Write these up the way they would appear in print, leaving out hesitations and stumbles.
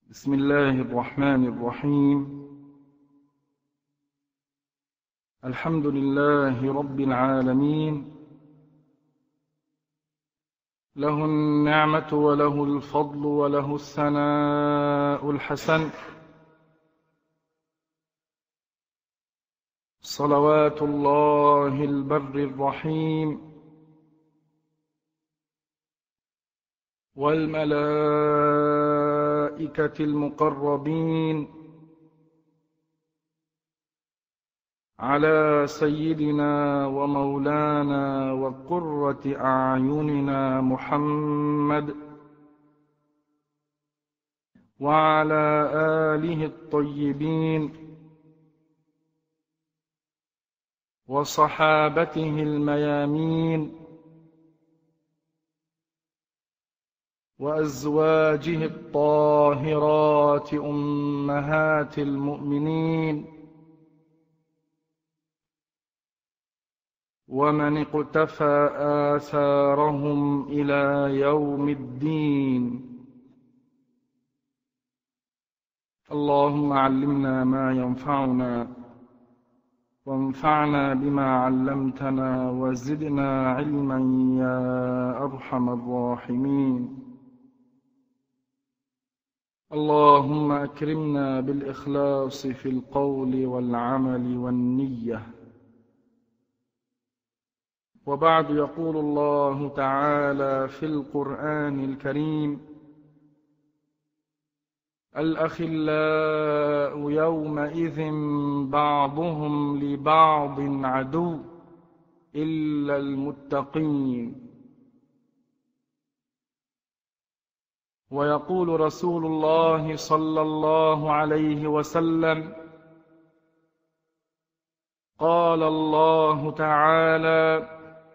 بسم الله الرحمن الرحيم. الحمد لله رب العالمين، له النعمة وله الفضل وله الثناء الحسن، صلوات الله البر الرحيم والملائكة المقربين على سيدنا ومولانا وقرة أعيننا محمد وعلى آله الطيبين وصحابته الميامين وأزواجه الطاهرات أمهات المؤمنين ومن اقتفى آثارهم إلى يوم الدين. اللهم علمنا ما ينفعنا وانفعنا بما علمتنا وزدنا علما يا أرحم الراحمين. اللهم أكرمنا بالإخلاص في القول والعمل والنية. وبعد، يقول الله تعالى في القرآن الكريم: الأخلاء يومئذ بعضهم لبعض عدو إلا المتقين. ويقول رسول الله صلى الله عليه وسلم: قال الله تعالى: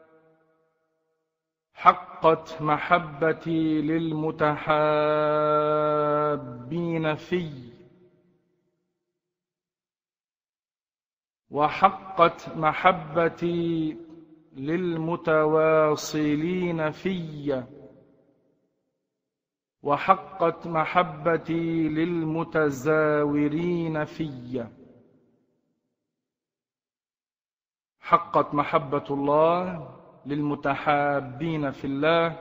حقت محبتي للمتحابين في، وحقت محبتي للمتواصلين في، وحقت محبتي للمتزاورين في. حقت محبة الله للمتحابين في الله،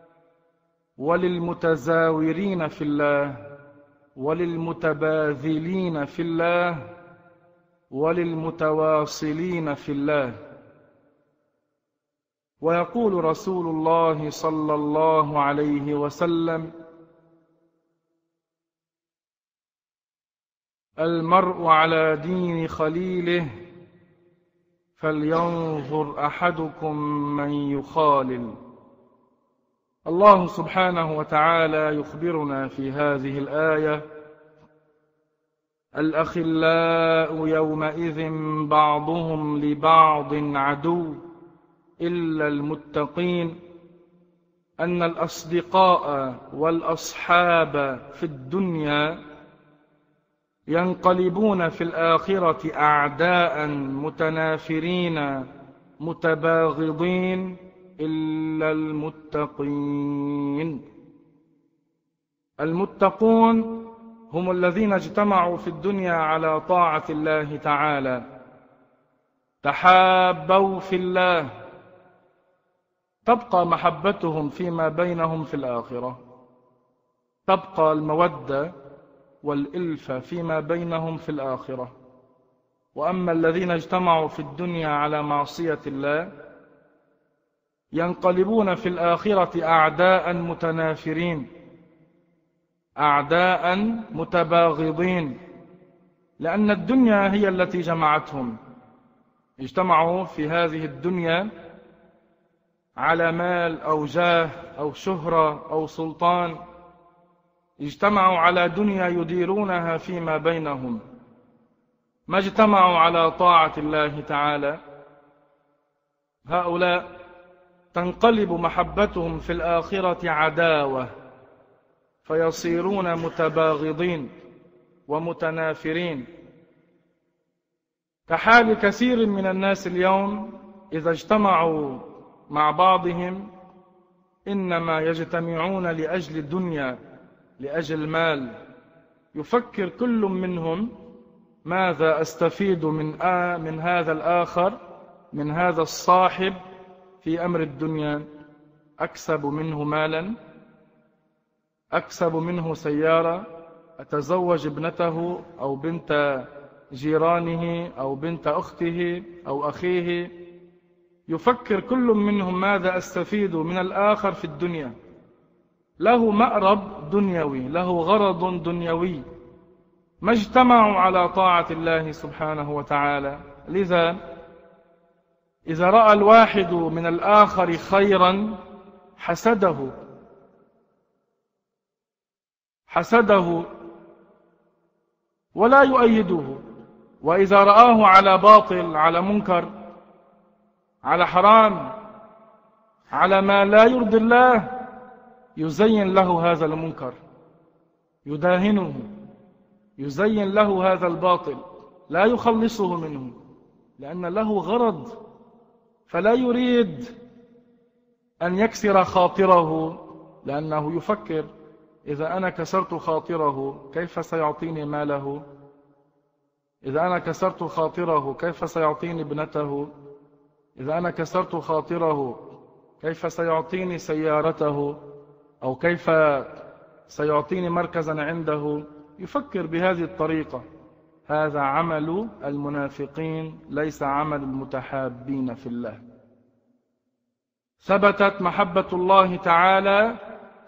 وللمتزاورين في الله، وللمتباذلين في الله، وللمتواصلين في الله. ويقول رسول الله صلى الله عليه وسلم: المرء على دين خليله فلينظر أحدكم من يخالل. الله سبحانه وتعالى يخبرنا في هذه الآية: الأخلاء يومئذ بعضهم لبعض عدو إلا المتقين، أن الأصدقاء والأصحاب في الدنيا ينقلبون في الآخرة أعداء متنافرين متباغضين إلا المتقين. المتقون هم الذين اجتمعوا في الدنيا على طاعة الله تعالى، تحابوا في الله، تبقى محبتهم فيما بينهم في الآخرة، تبقى المودة والإلفة فيما بينهم في الآخرة. وأما الذين اجتمعوا في الدنيا على معصية الله ينقلبون في الآخرة أعداء متنافرين، أعداء متباغضين، لأن الدنيا هي التي جمعتهم. اجتمعوا في هذه الدنيا على مال أو جاه أو شهرة أو سلطان، اجتمعوا على دنيا يديرونها فيما بينهم، ما اجتمعوا على طاعة الله تعالى. هؤلاء تنقلب محبتهم في الآخرة عداوة، فيصيرون متباغضين ومتنافرين، كحال كثير من الناس اليوم إذا اجتمعوا مع بعضهم إنما يجتمعون لأجل الدنيا، لأجل المال، يفكر كل منهم ماذا أستفيد من هذا الآخر، من هذا الصاحب في أمر الدنيا. أكسب منه مالا، أكسب منه سيارة، أتزوج ابنته أو بنت جيرانه أو بنت أخته أو أخيه. يفكر كل منهم ماذا أستفيد من الآخر في الدنيا. له مأرب دنيوي، له غرض دنيوي، ما اجتمعوا على طاعة الله سبحانه وتعالى. لذا إذا رأى الواحد من الآخر خيرا حسده ولا يؤيده، وإذا رآه على باطل، على منكر، على حرام، على ما لا يرضي الله، يزين له هذا المنكر، يداهنه، يزين له هذا الباطل، لا يخلصه منه، لأن له غرض، فلا يريد أن يكسر خاطره، لأنه يفكر إذا أنا كسرت خاطره كيف سيعطيني ماله؟ إذا أنا كسرت خاطره كيف سيعطيني ابنته؟ إذا أنا كسرت خاطره كيف سيعطيني سيارته؟ أو كيف سيعطيني مركزا عنده؟ يفكر بهذه الطريقة. هذا عمل المنافقين، ليس عمل المتحابين في الله. ثبتت محبة الله تعالى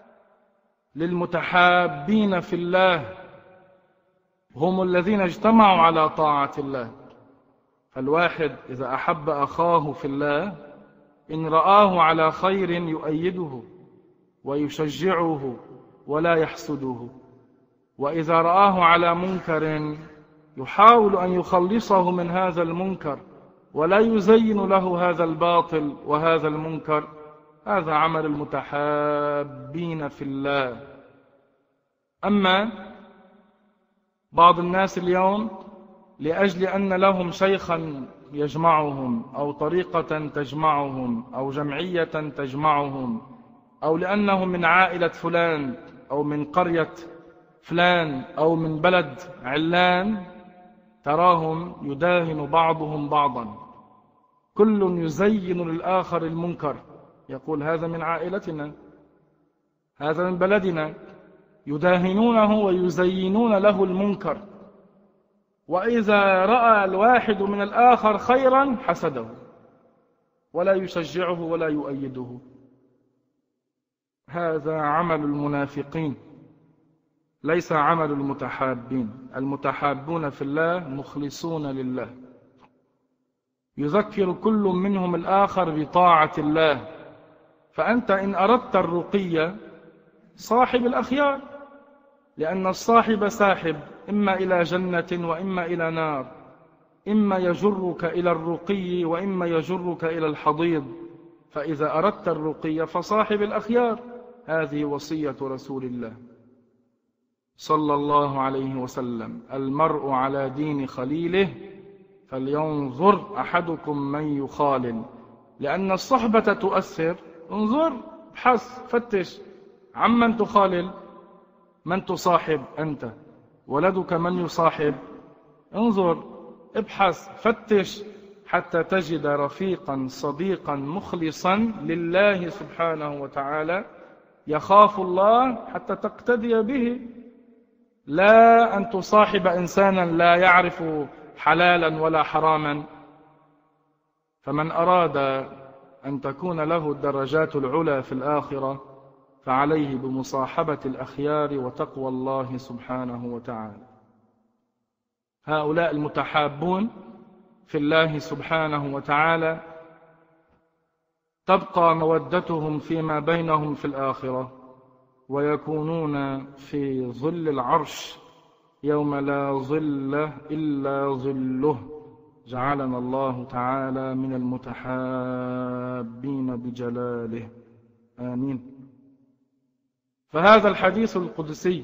للمتحابين في الله، هم الذين اجتمعوا على طاعة الله. فالواحد إذا أحب أخاه في الله، إن رآه على خير يؤيده ويشجعه ولا يحسده، وإذا رآه على منكر يحاول أن يخلصه من هذا المنكر ولا يزين له هذا الباطل وهذا المنكر. هذا عمل المتحابين في الله. أما بعض الناس اليوم لأجل أن لهم شيخا يجمعهم أو طريقة تجمعهم أو جمعية تجمعهم، أو لأنهم من عائلة فلان أو من قرية فلان أو من بلد علان، تراهم يداهن بعضهم بعضا، كل يزين للآخر المنكر، يقول هذا من عائلتنا، هذا من بلدنا، يداهنونه ويزينون له المنكر. وإذا رأى الواحد من الآخر خيرا حسده ولا يشجعه ولا يؤيده. هذا عمل المنافقين، ليس عمل المتحابين. المتحابون في الله مخلصون لله، يذكر كل منهم الآخر بطاعة الله. فأنت إن أردت الرقي صاحب الأخيار، لأن الصاحب ساحب، إما إلى جنة وإما إلى نار، إما يجرك إلى الرقي وإما يجرك إلى الحضيض. فإذا أردت الرقي فصاحب الأخيار. هذه وصية رسول الله صلى الله عليه وسلم: المرء على دين خليله فلينظر أحدكم من يخالل. لأن الصحبة تؤثر. انظر، ابحث، فتش عمن تخالل، من تصاحب أنت، ولدك من يصاحب. انظر، ابحث، فتش، حتى تجد رفيقا صديقا مخلصا لله سبحانه وتعالى، يخاف الله حتى تقتدي به، لا أن تصاحب إنسانا لا يعرف حلالا ولا حراما. فمن أراد أن تكون له الدرجات العلى في الآخرة فعليه بمصاحبة الأخيار وتقوى الله سبحانه وتعالى. هؤلاء المتحابون في الله سبحانه وتعالى تبقى مودتهم فيما بينهم في الآخرة، ويكونون في ظل العرش يوم لا ظل إلا ظله. جعلنا الله تعالى من المتحابين بجلاله، آمين. فهذا الحديث القدسي: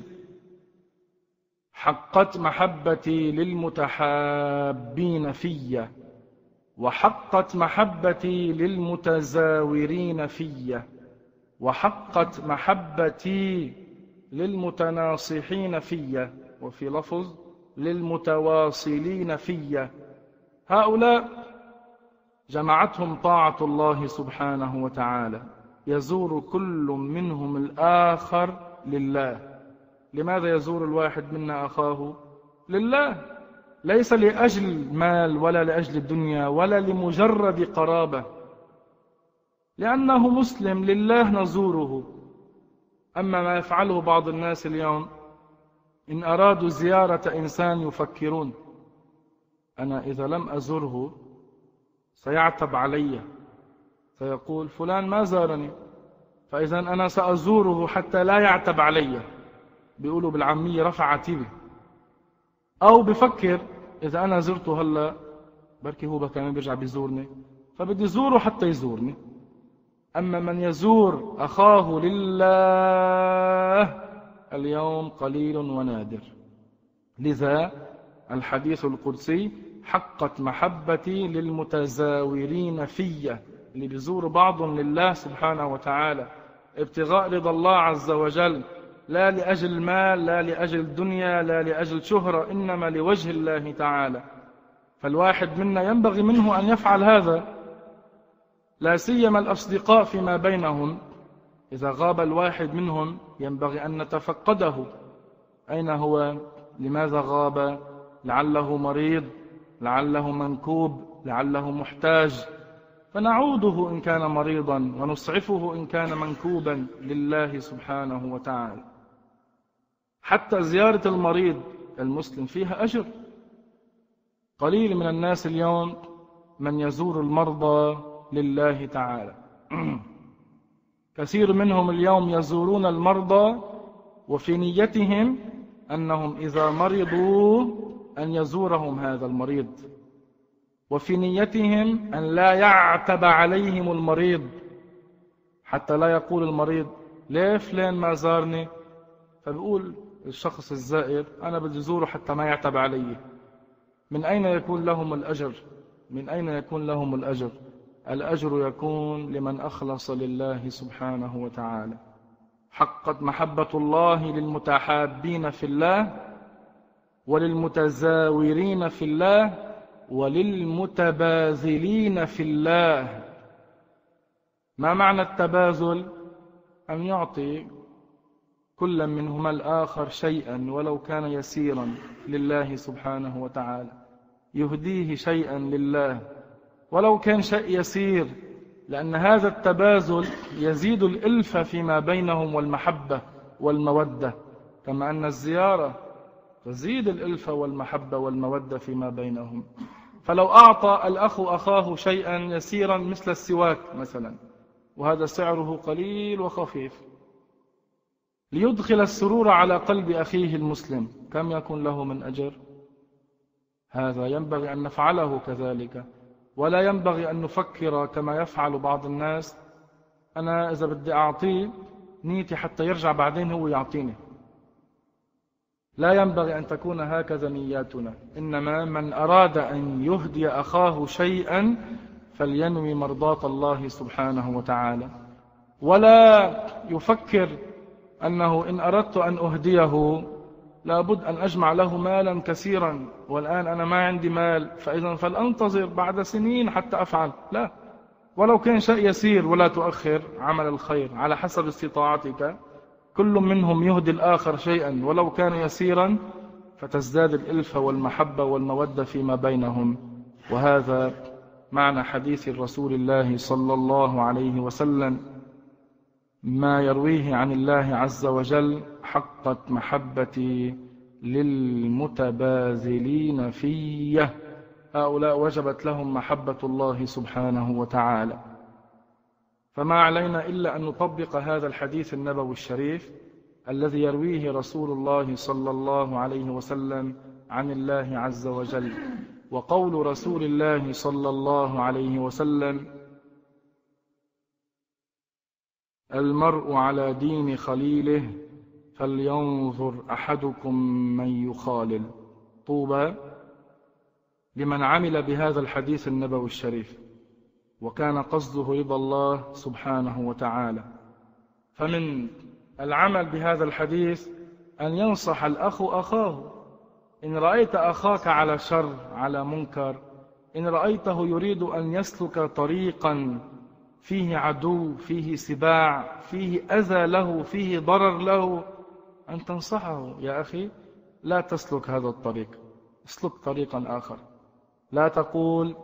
حقت محبتي للمتحابين في، وحقت محبتي للمتزاورين في، وحقت محبتي للمتناصحين في، وفي لفظ للمتواصلين في. هؤلاء جمعتهم طاعة الله سبحانه وتعالى، يزور كل منهم الآخر لله. لماذا يزور الواحد منا أخاه؟ لله، ليس لأجل المال ولا لأجل الدنيا ولا لمجرد قرابة، لأنه مسلم لله نزوره. أما ما يفعله بعض الناس اليوم، إن أرادوا زيارة إنسان يفكرون أنا إذا لم أزره سيعتب علي، سيقول فلان ما زارني، فإذا أنا سأزوره حتى لا يعتب علي. بيقولوا بالعامية رفع عتيبه. أو بفكر إذا أنا زرته هلا بركي هو كمان بيرجع بيزورني، فبدي زوره حتى يزورني. أما من يزور أخاه لله اليوم قليل ونادر. لذا الحديث القدسي حقت محبتي للمتزاورين في، اللي بيزور بعضهم لله سبحانه وتعالى ابتغاء رضا الله عز وجل، لا لأجل المال، لا لأجل الدنيا، لا لأجل شهرة، إنما لوجه الله تعالى. فالواحد منا ينبغي منه أن يفعل هذا، لا سيما الأصدقاء فيما بينهم. إذا غاب الواحد منهم ينبغي أن نتفقده، أين هو؟ لماذا غاب؟ لعله مريض، لعله منكوب، لعله محتاج، فنعوده إن كان مريضا ونسعفه إن كان منكوبا لله سبحانه وتعالى. حتى زيارة المريض المسلم فيها أجر. قليل من الناس اليوم من يزور المرضى لله تعالى. كثير منهم اليوم يزورون المرضى وفي نيتهم أنهم إذا مرضوا أن يزورهم هذا المريض، وفي نيتهم أن لا يعتب عليهم المريض، حتى لا يقول المريض ليه فلان ما زارني، فبيقول الشخص الزائر أنا بدي زوره حتى ما يعتب علي. من أين يكون لهم الأجر؟ من أين يكون لهم الأجر؟ الأجر يكون لمن أخلص لله سبحانه وتعالى. حقت محبة الله للمتحابين في الله وللمتزاورين في الله وللمتباذلين في الله. ما معنى التباذل؟ أن يعطي كل منهما الآخر شيئا ولو كان يسيرا لله سبحانه وتعالى، يهديه شيئا لله ولو كان شيء يسير، لأن هذا التباذل يزيد الألفة فيما بينهم والمحبة والمودة، كما أن الزيارة تزيد الألفة والمحبة والمودة فيما بينهم. فلو أعطى الأخ أخاه شيئا يسيرا مثل السواك مثلا، وهذا سعره قليل وخفيف، ليدخل السرور على قلب أخيه المسلم، كم يكون له من أجر؟ هذا ينبغي أن نفعله كذلك، ولا ينبغي أن نفكر كما يفعل بعض الناس، أنا إذا بدي أعطيه نيتي حتى يرجع بعدين هو يعطيني. لا ينبغي أن تكون هكذا نياتنا، إنما من أراد أن يهدي أخاه شيئا فلينوي مرضاة الله سبحانه وتعالى، ولا يفكر أنه إن أردت أن أهديه لابد أن أجمع له مالا كثيرا، والآن أنا ما عندي مال فإذا فلأنتظر بعد سنين حتى أفعل. لا، ولو كان شيء يسير ولا تؤخر عمل الخير على حسب استطاعتك. كل منهم يهدي الآخر شيئا ولو كان يسيرا، فتزداد الألفة والمحبة والمودة فيما بينهم. وهذا معنى حديث رسول الله صلى الله عليه وسلم، ما يرويه عن الله عز وجل: حقت محبتي للمتباذلين في. هؤلاء وجبت لهم محبة الله سبحانه وتعالى. فما علينا إلا أن نطبق هذا الحديث النبوي الشريف الذي يرويه رسول الله صلى الله عليه وسلم عن الله عز وجل. وقول رسول الله صلى الله عليه وسلم: المرء على دين خليله فلينظر أحدكم من يخالل. طوبى لمن عمل بهذا الحديث النبوي الشريف وكان قصده رضا الله سبحانه وتعالى. فمن العمل بهذا الحديث أن ينصح الأخ أخاه. إن رأيت أخاك على شر، على منكر، إن رأيته يريد أن يسلك طريقا فيه عدو، فيه سباع، فيه أذى له، فيه ضرر له، أن تنصحه: يا أخي لا تسلك هذا الطريق، اسلك طريقا آخر. لا تقول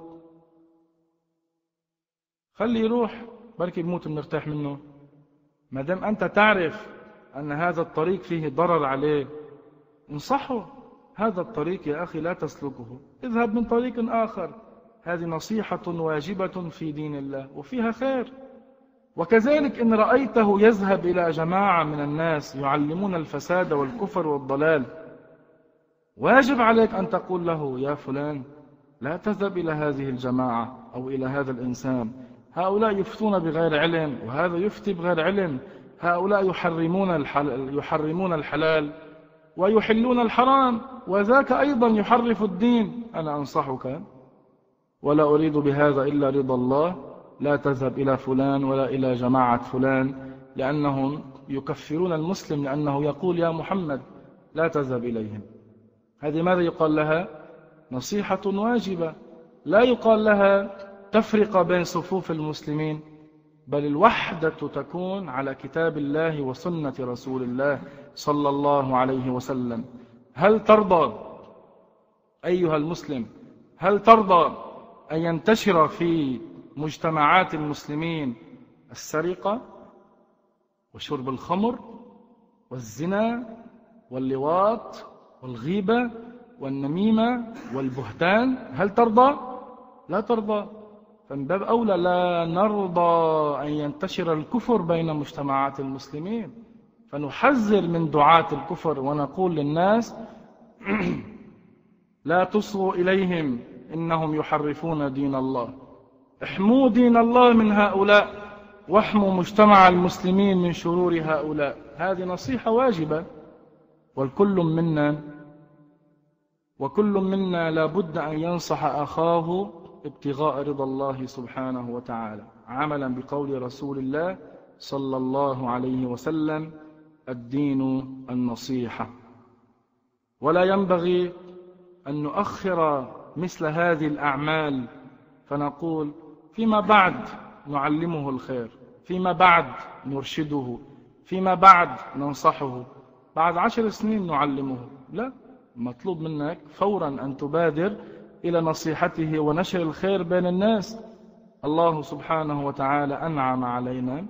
خلي يروح بركي بموت نرتاح منه. ما دام أنت تعرف أن هذا الطريق فيه ضرر عليه، انصحه: هذا الطريق يا أخي لا تسلكه، اذهب من طريق آخر. هذه نصيحة واجبة في دين الله وفيها خير. وكذلك إن رأيته يذهب إلى جماعة من الناس يعلمون الفساد والكفر والضلال، واجب عليك أن تقول له: يا فلان لا تذهب إلى هذه الجماعة أو إلى هذا الإنسان، هؤلاء يفتون بغير علم وهذا يفتي بغير علم، هؤلاء يحرمون الحلال ويحلون الحرام، وذاك أيضا يحرف الدين. أنا أنصحك ولا أريد بهذا إلا رضا الله، لا تذهب إلى فلان ولا إلى جماعة فلان، لأنهم يكفرون المسلم لأنه يقول يا محمد، لا تذهب إليهم. هذه ماذا يقال لها؟ نصيحة واجبة. لا يقال لها تفرق بين صفوف المسلمين، بل الوحدة تكون على كتاب الله وسنة رسول الله صلى الله عليه وسلم. هل ترضى أيها المسلم، هل ترضى أن ينتشر في مجتمعات المسلمين السرقة وشرب الخمر والزنا واللواط والغيبة والنميمة والبهتان؟ هل ترضى؟ لا ترضى. فمن باب أولى لا نرضى أن ينتشر الكفر بين مجتمعات المسلمين، فنحذر من دعاة الكفر ونقول للناس: لا تصغوا إليهم إنهم يحرفون دين الله. احموا دين الله من هؤلاء، واحموا مجتمع المسلمين من شرور هؤلاء. هذه نصيحة واجبة، وكل منا لا بد أن ينصح أخاه ابتغاء رضا الله سبحانه وتعالى، عملا بقول رسول الله صلى الله عليه وسلم: الدين النصيحة. ولا ينبغي أن نؤخر مثل هذه الأعمال فنقول فيما بعد نعلمه الخير، فيما بعد نرشده، فيما بعد ننصحه، بعد 10 سنين نعلمه. لا، مطلوب منك فورا أن تبادر إلى نصيحته ونشر الخير بين الناس. الله سبحانه وتعالى أنعم علينا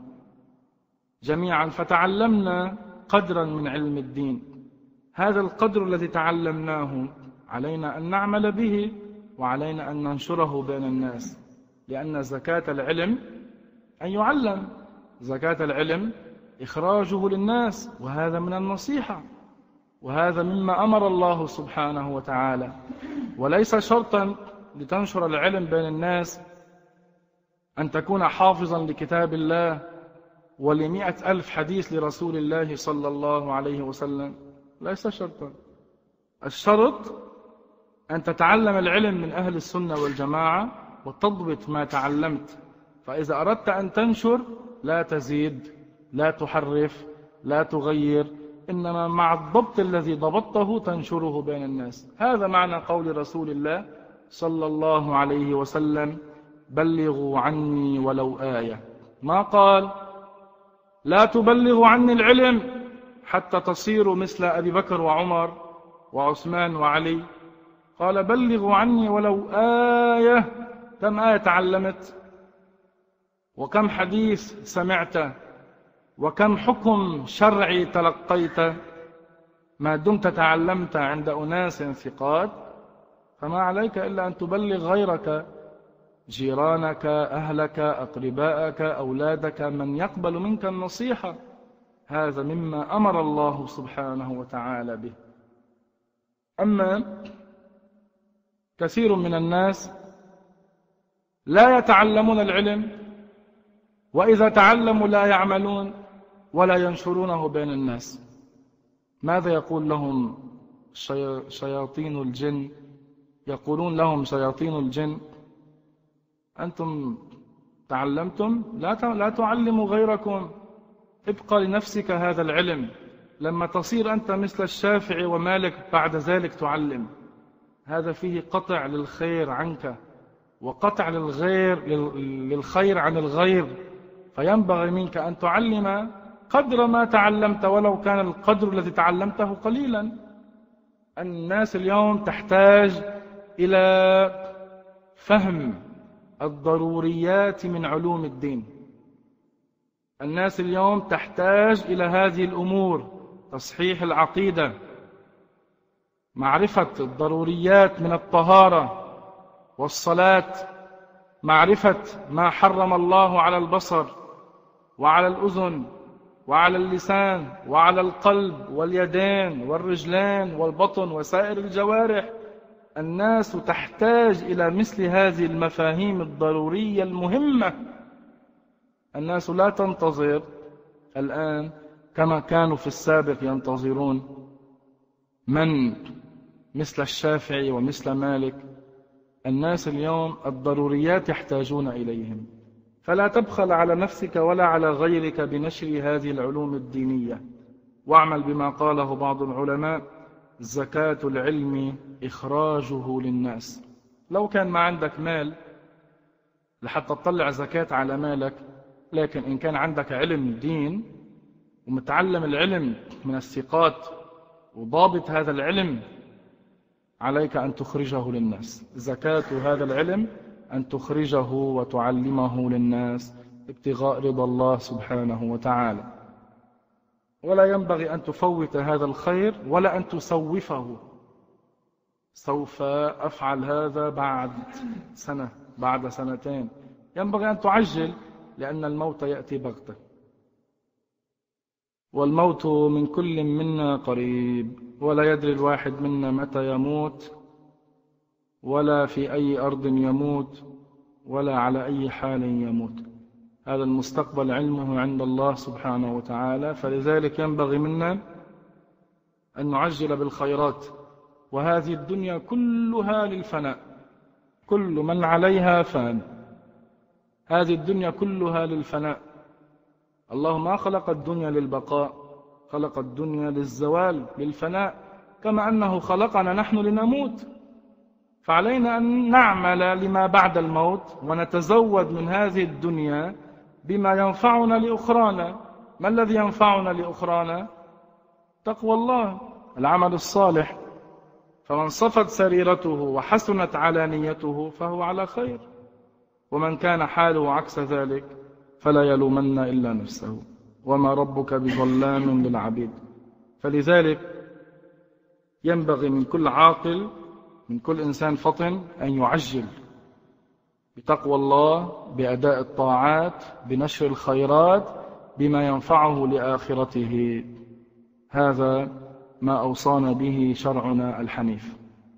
جميعا فتعلمنا قدرا من علم الدين. هذا القدر الذي تعلمناه علينا أن نعمل به، وعلينا أن ننشره بين الناس، لأن زكاة العلم أن يعلم، زكاة العلم إخراجه للناس، وهذا من النصيحة، وهذا مما أمر الله سبحانه وتعالى. وليس شرطا لتنشر العلم بين الناس أن تكون حافظا لكتاب الله ول100,000 حديث لرسول الله صلى الله عليه وسلم، ليس شرطا. الشرط أن تتعلم العلم من أهل السنة والجماعة وتضبط ما تعلمت. فإذا أردت أن تنشر لا تزيد، لا تحرف، لا تغير، إنما مع الضبط الذي ضبطته تنشره بين الناس. هذا معنى قول رسول الله صلى الله عليه وسلم: بلغوا عني ولو آية. ما قال لا تبلغوا عني العلم حتى تصيروا مثل أبي بكر وعمر وعثمان وعلي، قال بلغوا عني ولو آية. كم آية تعلمت؟ وكم حديث سمعت؟ وكم حكم شرعي تلقيت؟ ما دمت تعلمت عند أناس ثقات فما عليك إلا أن تبلغ غيرك، جيرانك، أهلك، أقرباءك، أولادك، من يقبل منك النصيحة. هذا مما أمر الله سبحانه وتعالى به. أما كثير من الناس لا يتعلمون العلم، وإذا تعلموا لا يعملون ولا ينشرونه بين الناس. ماذا يقول لهم شياطين الجن؟ يقولون لهم شياطين الجن: أنتم تعلمتم، لا تعلموا غيركم، ابقى لنفسك هذا العلم، لما تصير أنت مثل الشافعي ومالك بعد ذلك تعلم، هذا فيه قطع للخير عنك وقطع للخير عن الغير. فينبغي منك أن تعلم قدر ما تعلمت ولو كان القدر الذي تعلمته قليلا. الناس اليوم تحتاج إلى فهم الضروريات من علوم الدين. الناس اليوم تحتاج إلى هذه الأمور: تصحيح العقيدة، معرفة الضروريات من الطهارة والصلاة، معرفة ما حرم الله على البصر وعلى الأذن وعلى اللسان وعلى القلب واليدين والرجلين والبطن وسائر الجوارح. الناس تحتاج إلى مثل هذه المفاهيم الضرورية المهمة. الناس لا تنتظر الآن كما كانوا في السابق ينتظرون من مثل الشافعي ومثل مالك. الناس اليوم الضروريات يحتاجون إليهم. فلا تبخل على نفسك ولا على غيرك بنشر هذه العلوم الدينية، واعمل بما قاله بعض العلماء: زكاة العلم إخراجه للناس. لو كان ما عندك مال لحتى تطلع زكاة على مالك، لكن إن كان عندك علم دين ومتعلم العلم من الثقات وضابط هذا العلم، عليك أن تخرجه للناس. زكاة هذا العلم أن تخرجه وتعلمه للناس ابتغاء رضا الله سبحانه وتعالى. ولا ينبغي أن تفوت هذا الخير ولا أن تسوفه. سوف أفعل هذا بعد سنة، بعد سنتين. ينبغي أن تعجل، لأن الموت يأتي بغتة، والموت من كل منا قريب، ولا يدري الواحد منا متى يموت ولا في أي أرض يموت ولا على أي حال يموت. هذا المستقبل علمه عند الله سبحانه وتعالى. فلذلك ينبغي منا أن نعجل بالخيرات. وهذه الدنيا كلها للفناء، كل من عليها فان. هذه الدنيا كلها للفناء. الله ما خلق الدنيا للبقاء، خلق الدنيا للزوال، للفناء، كما أنه خلقنا نحن لنموت. فعلينا أن نعمل لما بعد الموت ونتزود من هذه الدنيا بما ينفعنا لأخرانا. ما الذي ينفعنا لأخرانا؟ تقوى الله، العمل الصالح. فمن صفت سريرته وحسنت علانيته فهو على خير، ومن كان حاله عكس ذلك فلا يلومن إلا نفسه، وما ربك بظلام للعبيد. فلذلك ينبغي من كل عاقل، من كل إنسان فطن، أن يعجل بتقوى الله، بأداء الطاعات، بنشر الخيرات، بما ينفعه لآخرته. هذا ما أوصانا به شرعنا الحنيف.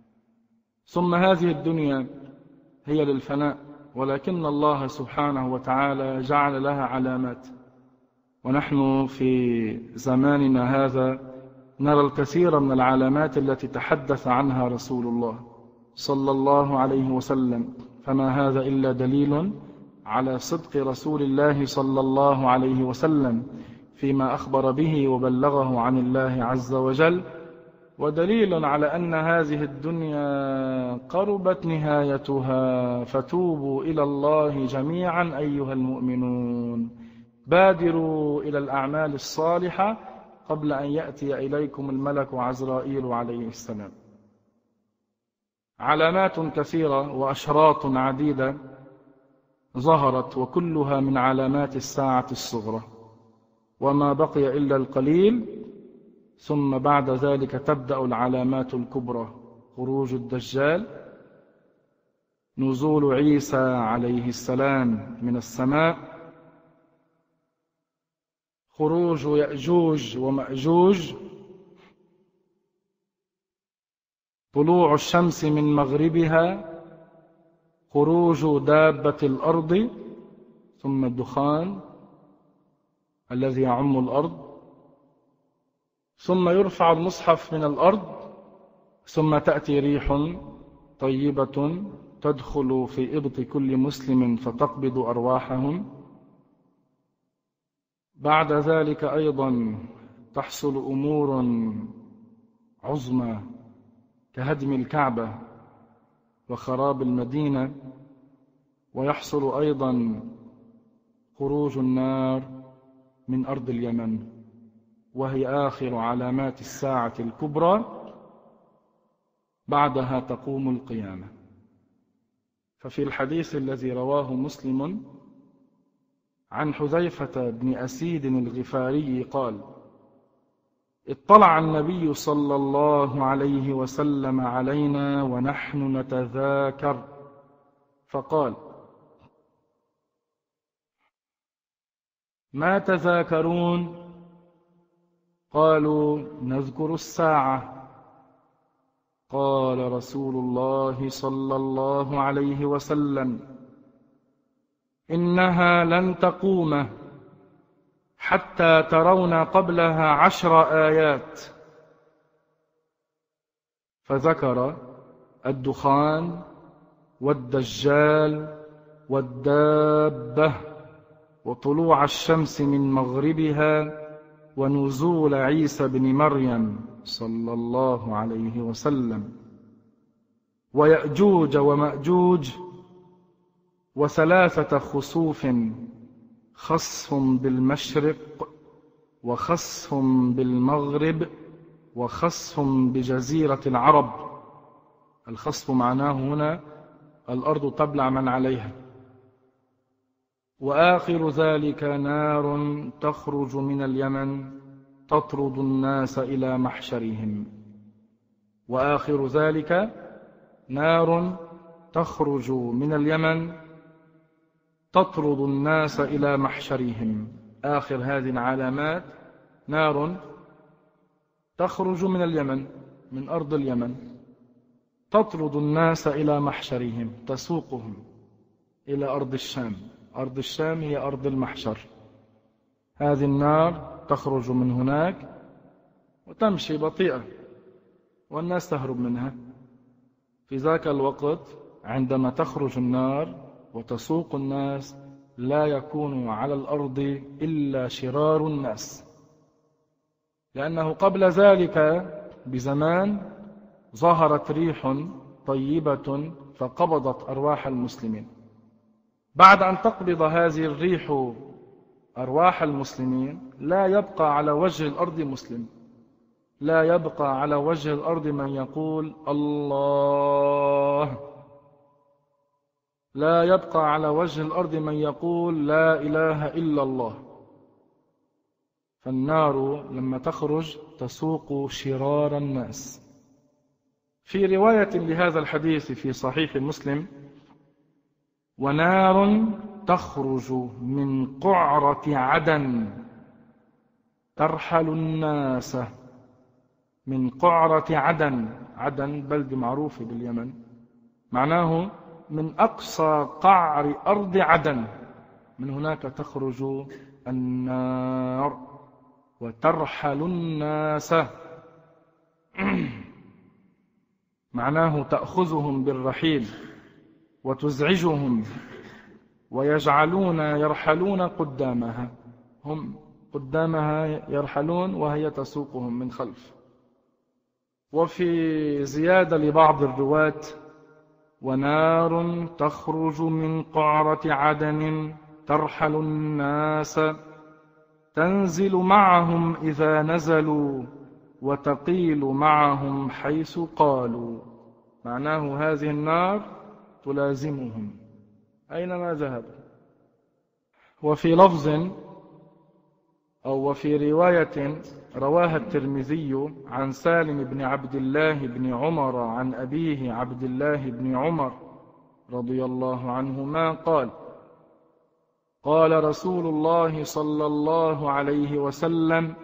ثم هذه الدنيا هي للفناء، ولكن الله سبحانه وتعالى جعل لها علامات. ونحن في زماننا هذا نرى الكثير من العلامات التي تحدث عنها رسول الله صلى الله عليه وسلم. فما هذا إلا دليل على صدق رسول الله صلى الله عليه وسلم فيما أخبر به وبلغه عن الله عز وجل، ودليل على أن هذه الدنيا قربت نهايتها. فتوبوا إلى الله جميعا أيها المؤمنون، بادروا إلى الأعمال الصالحة قبل أن يأتي إليكم الملك عزرائيل عليه السلام. علامات كثيرة وأشراط عديدة ظهرت، وكلها من علامات الساعة الصغرى، وما بقي إلا القليل. ثم بعد ذلك تبدأ العلامات الكبرى: خروج الدجال، نزول عيسى عليه السلام من السماء، خروج يأجوج ومأجوج، طلوع الشمس من مغربها، خروج دابة الأرض، ثم الدخان الذي يعم الأرض، ثم يرفع المصحف من الأرض، ثم تأتي ريح طيبة تدخل في إبط كل مسلم فتقبض أرواحهم. بعد ذلك أيضا تحصل أمور عظمى كهدم الكعبة وخراب المدينة، ويحصل أيضا خروج النار من أرض اليمن، وهي آخر علامات الساعة الكبرى، بعدها تقوم القيامة. ففي الحديث الذي رواه مسلم عن حذيفة بن أسيد الغفاري قال: اطلع النبي صلى الله عليه وسلم علينا ونحن نتذاكر فقال: ما تذاكرون؟ قالوا: نذكر الساعة. قال رسول الله صلى الله عليه وسلم: إنها لن تقوم حتى ترون قبلها 10 آيات. فذكر الدخان والدجال والدابة وطلوع الشمس من مغربها ونزول عيسى بن مريم صلى الله عليه وسلم ويأجوج ومأجوج و3 خسوف، خسف بالمشرق وخسف بالمغرب وخسف بجزيرة العرب. الخسف معناه هنا الأرض تبلع من عليها. وآخر ذلك نار تخرج من اليمن تطرد الناس إلى محشرهم. وآخر ذلك نار تخرج من اليمن تطرد الناس إلى محشرهم. آخر هذه العلامات نار تخرج من اليمن، من أرض اليمن، تطرد الناس إلى محشرهم، تسوقهم إلى أرض الشام. أرض الشام هي أرض المحشر. هذه النار تخرج من هناك وتمشي بطيئة والناس تهرب منها. في ذاك الوقت عندما تخرج النار وتسوق الناس لا يكون على الأرض إلا شرار الناس، لأنه قبل ذلك بزمان ظهرت ريح طيبة فقبضت أرواح المسلمين. بعد أن تقبض هذه الريح أرواح المسلمين لا يبقى على وجه الأرض مسلم، لا يبقى على وجه الأرض من يقول الله، لا يبقى على وجه الأرض من يقول لا إله إلا الله. فالنار لما تخرج تسوق شرار الناس. في رواية لهذا الحديث في صحيح مسلم: ونار تخرج من قعرة عدن ترحل الناس. من قعرة عدن، عدن بلد معروف باليمن، معناه من أقصى قعر أرض عدن، من هناك تخرج النار وترحل الناس. معناه تأخذهم بالرحيل وتزعجهم ويجعلون يرحلون قدامها، هم قدامها يرحلون وهي تسوقهم من خلف. وفي زيادة لبعض الرواة: ونار تخرج من قعرة عدن ترحل الناس تنزل معهم إذا نزلوا وتقيل معهم حيث قالوا. معناه هذه النار تلازمهم أينما ذهبوا. وفي لفظ أو وفي رواية رواها الترمذي عن سالم بن عبد الله بن عمر عن أبيه عبد الله بن عمر رضي الله عنهما قال: قال رسول الله صلى الله عليه وسلم: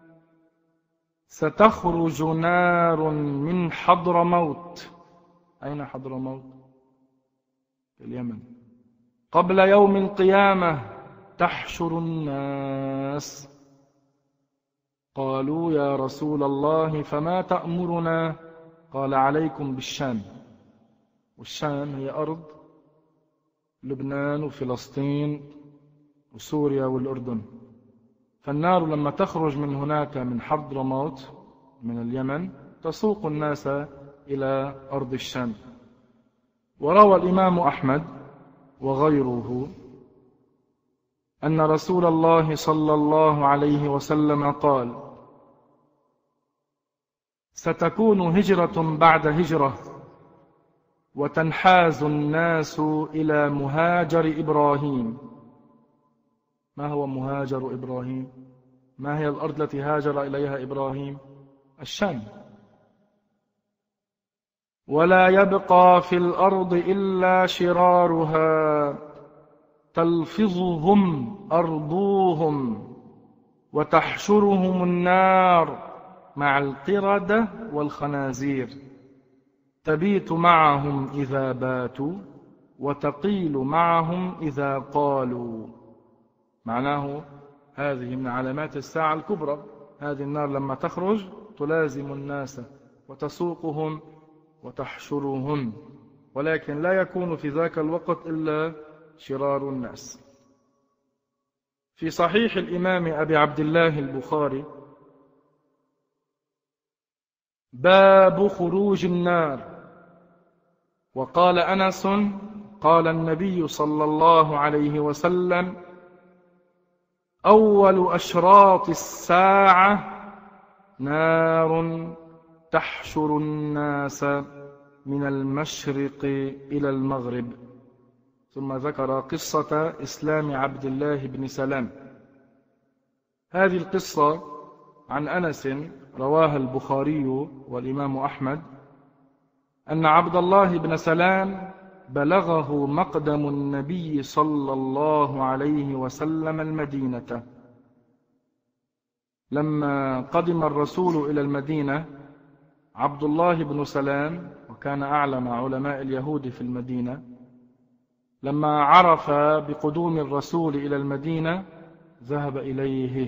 ستخرج نار من حضرموت. أين حضرموت؟ في اليمن. قبل يوم القيامة تحشر الناس. قالوا: يا رسول الله فما تأمرنا؟ قال: عليكم بالشام. والشام هي أرض لبنان وفلسطين وسوريا والأردن. فالنار لما تخرج من هناك من حضرموت من اليمن تسوق الناس إلى أرض الشام. وروى الإمام أحمد وغيره أن رسول الله صلى الله عليه وسلم قال: ستكون هجرة بعد هجرة، وتنحاز الناس إلى مهاجر إبراهيم. ما هو مهاجر إبراهيم؟ ما هي الأرض التي هاجر إليها إبراهيم؟ الشام. ولا يبقى في الأرض إلا شرارها، تلفظهم أرضوهم، وتحشرهم النار مع القردة والخنازير، تبيت معهم إذا باتوا، وتقيل معهم إذا قالوا. معناه هذه من علامات الساعة الكبرى. هذه النار لما تخرج تلازم الناس وتسوقهم وتحشرهم، ولكن لا يكون في ذاك الوقت إلا شرار الناس. في صحيح الإمام أبي عبد الله البخاري: باب خروج النار. وقال أنس: قال النبي صلى الله عليه وسلم: أول أشراط الساعة نار تحشر الناس من المشرق إلى المغرب. ثم ذكر قصة إسلام عبد الله بن سلام. هذه القصة عن أنس رواها البخاري والإمام أحمد أن عبد الله بن سلام بلغه مقدم النبي صلى الله عليه وسلم المدينة. لما قدم الرسول إلى المدينة عبد الله بن سلام، وكان أعلم علماء اليهود في المدينة، لما عرف بقدوم الرسول إلى المدينة ذهب إليه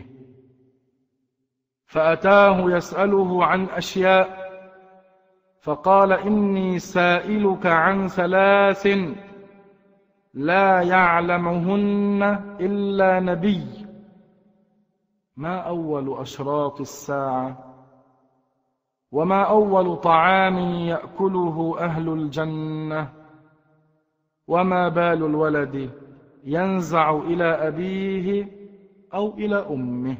فأتاه يسأله عن أشياء، فقال: إني سائلك عن 3 لا يعلمهن إلا نبي. ما أول أشراط الساعة؟ وما أول طعام يأكله أهل الجنة؟ وما بال الولد ينزع إلى أبيه أو إلى أمه؟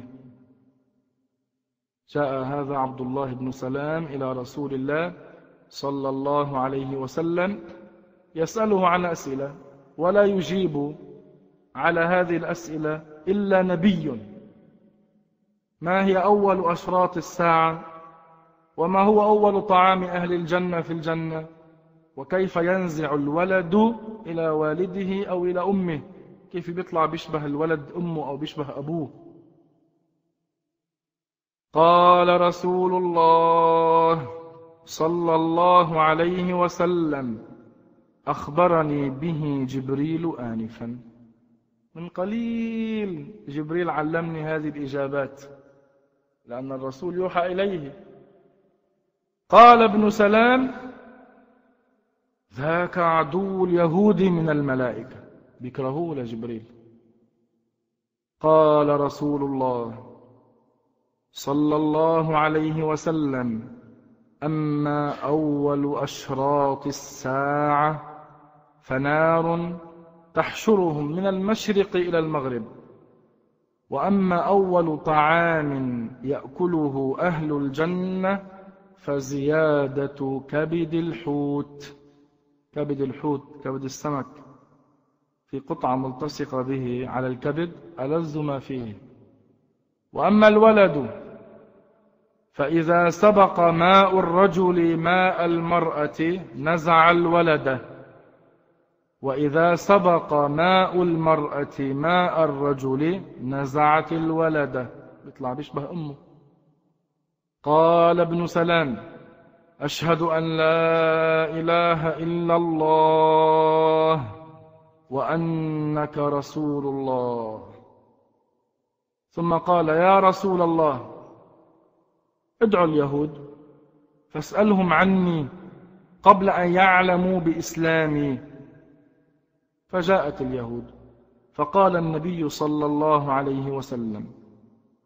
جاء هذا عبد الله بن سلام إلى رسول الله صلى الله عليه وسلم يسأله عن أسئلة، ولا يجيب على هذه الأسئلة إلا نبي. ما هي أول أشراط الساعة؟ وما هو أول طعام أهل الجنة في الجنة؟ وكيف ينزع الولد إلى والده أو إلى أمه؟ كيف بيطلع بيشبه الولد أمه أو بيشبه أبوه؟ قال رسول الله صلى الله عليه وسلم: أخبرني به جبريل آنفا. من قليل جبريل علمني هذه الإجابات، لأن الرسول يوحى إليه. قال ابن سلام: ذاك عدو اليهود من الملائكة، بيكرهوه لجبريل. قال رسول الله صلى الله عليه وسلم: أما أول أشراط الساعة فنار تحشرهم من المشرق إلى المغرب، وأما أول طعام يأكله أهل الجنة فزيادة كبد الحوت. كبد الحوت، كبد السمك، في قطعة ملتصقة به على الكبد ألذ ما فيه. وأما الولد فإذا سبق ماء الرجل ماء المرأة نزع الولد، وإذا سبق ماء المرأة ماء الرجل نزعت الولد. يطلع بيشبه أمه. قال ابن سلام: أشهد أن لا إله إلا الله وأنك رسول الله. ثم قال: يا رسول الله، ادعوا اليهود فاسألهم عني قبل أن يعلموا بإسلامي. فجاءت اليهود، فقال النبي صلى الله عليه وسلم: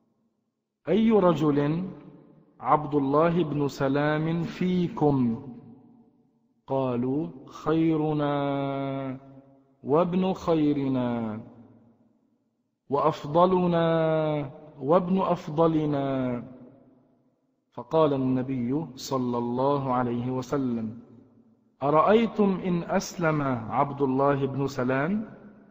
أي رجل عبد الله بن سلام فيكم؟ قالوا خيرنا وابن خيرنا وأفضلنا وابن أفضلنا. فقال النبي صلى الله عليه وسلم: أرأيتم إن أسلم عبد الله بن سلام؟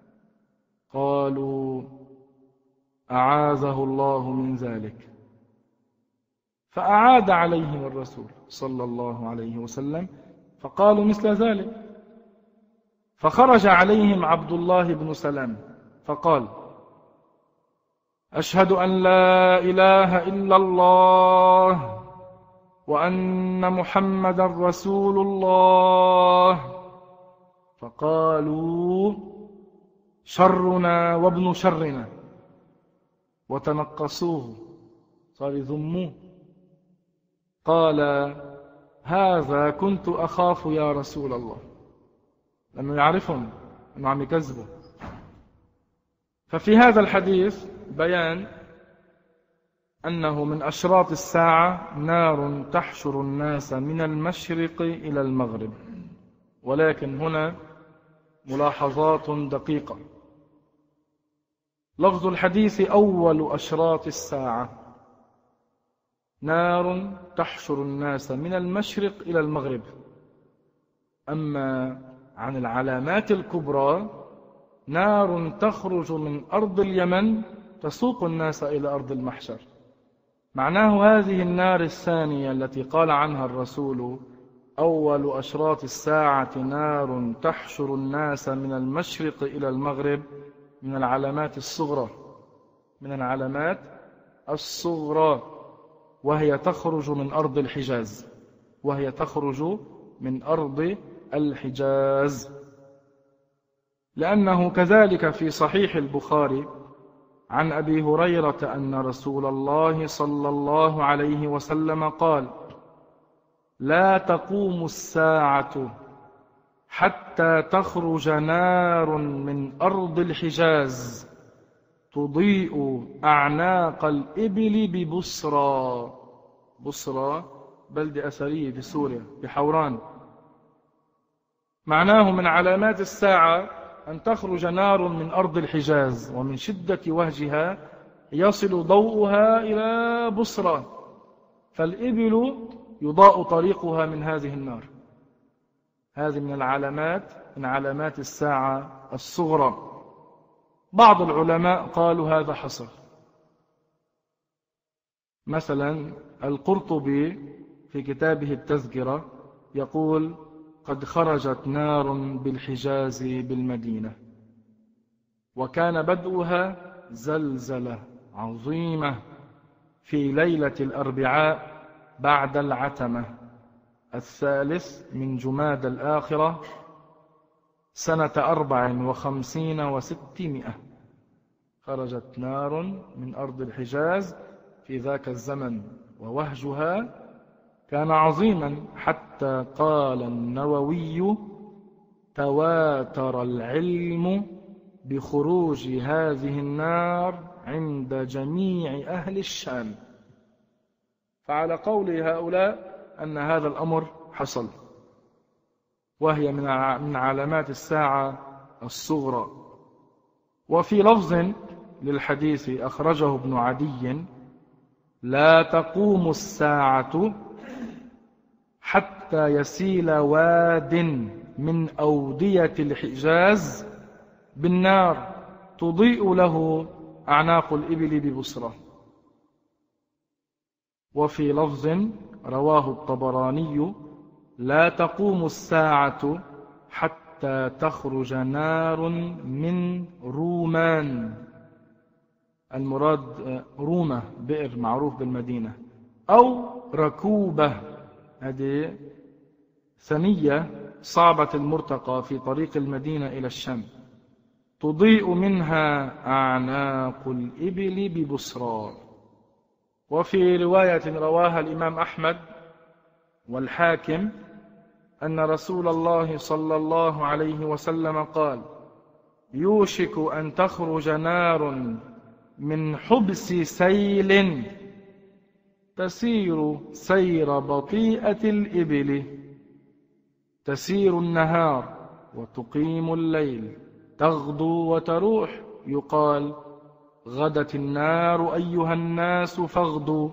قالوا أعاذه الله من ذلك. فأعاد عليهم الرسول صلى الله عليه وسلم فقالوا مثل ذلك. فخرج عليهم عبد الله بن سلام فقال: أشهد أن لا إله إلا الله وأن محمدا رسول الله. فقالوا شرنا وابن شرنا، وتنقصوه، صار يذموه. قال: هذا كنت أخاف يا رسول الله، لأنه يعرفهم أنه عم يكذبوا. ففي هذا الحديث بيان أنه من أشراط الساعة نار تحشر الناس من المشرق إلى المغرب. ولكن هنا ملاحظات دقيقة. لفظ الحديث أول أشراط الساعة، نار تحشر الناس من المشرق إلى المغرب. أما عن العلامات الكبرى، نار تخرج من أرض اليمن تسوق الناس إلى أرض المحشر. معناه هذه النار الثانية التي قال عنها الرسول أول أشراط الساعة نار تحشر الناس من المشرق إلى المغرب، من العلامات الصغرى، من العلامات الصغرى، وهي تخرج من أرض الحجاز، وهي تخرج من أرض الحجاز. لأنه كذلك في صحيح البخاري عن أبي هريرة أن رسول الله صلى الله عليه وسلم قال: لا تقوم الساعة حتى تخرج نار من أرض الحجاز تضيء أعناق الإبل ببصرى. بصرى بلدة أثرية في سوريا، بحوران. معناه من علامات الساعة أن تخرج نار من أرض الحجاز، ومن شدة وهجها يصل ضوءها إلى بصرى، فالإبل يضاء طريقها من هذه النار. هذه من العلامات، من علامات الساعة الصغرى. بعض العلماء قالوا هذا حصر. مثلا القرطبي في كتابه التذكرة يقول: قد خرجت نار بالحجاز بالمدينة، وكان بدؤها زلزلة عظيمة في ليلة الأربعاء بعد العتمة 3 من جماد الآخرة سنة 54 و600. خرجت نار من أرض الحجاز في ذاك الزمن، ووهجها كان عظيما، حتى قال النووي: تواتر العلم بخروج هذه النار عند جميع أهل الشام. فعلى قول هؤلاء أن هذا الأمر حصل، وهي من علامات الساعة الصغرى. وفي لفظ للحديث أخرجه ابن عدي: لا تقوم الساعة حتى يسيل واد من أودية الحجاز بالنار تضيء له أعناق الإبل ببصرة. وفي لفظ رواه الطبراني: لا تقوم الساعة حتى تخرج نار من رومان. المراد رومة، بئر معروف بالمدينة، أو ركوبة، هذه ثنية صعبة المرتقى في طريق المدينة إلى الشام، تضيء منها أعناق الإبل ببصرى. وفي رواية رواها الإمام أحمد والحاكم أن رسول الله صلى الله عليه وسلم قال: يوشك أن تخرج نار من حبس سيل تسير سير بطيئة الإبل، تسير النهار وتقيم الليل، تغدو وتروح، يقال غدت النار أيها الناس فاغدوا،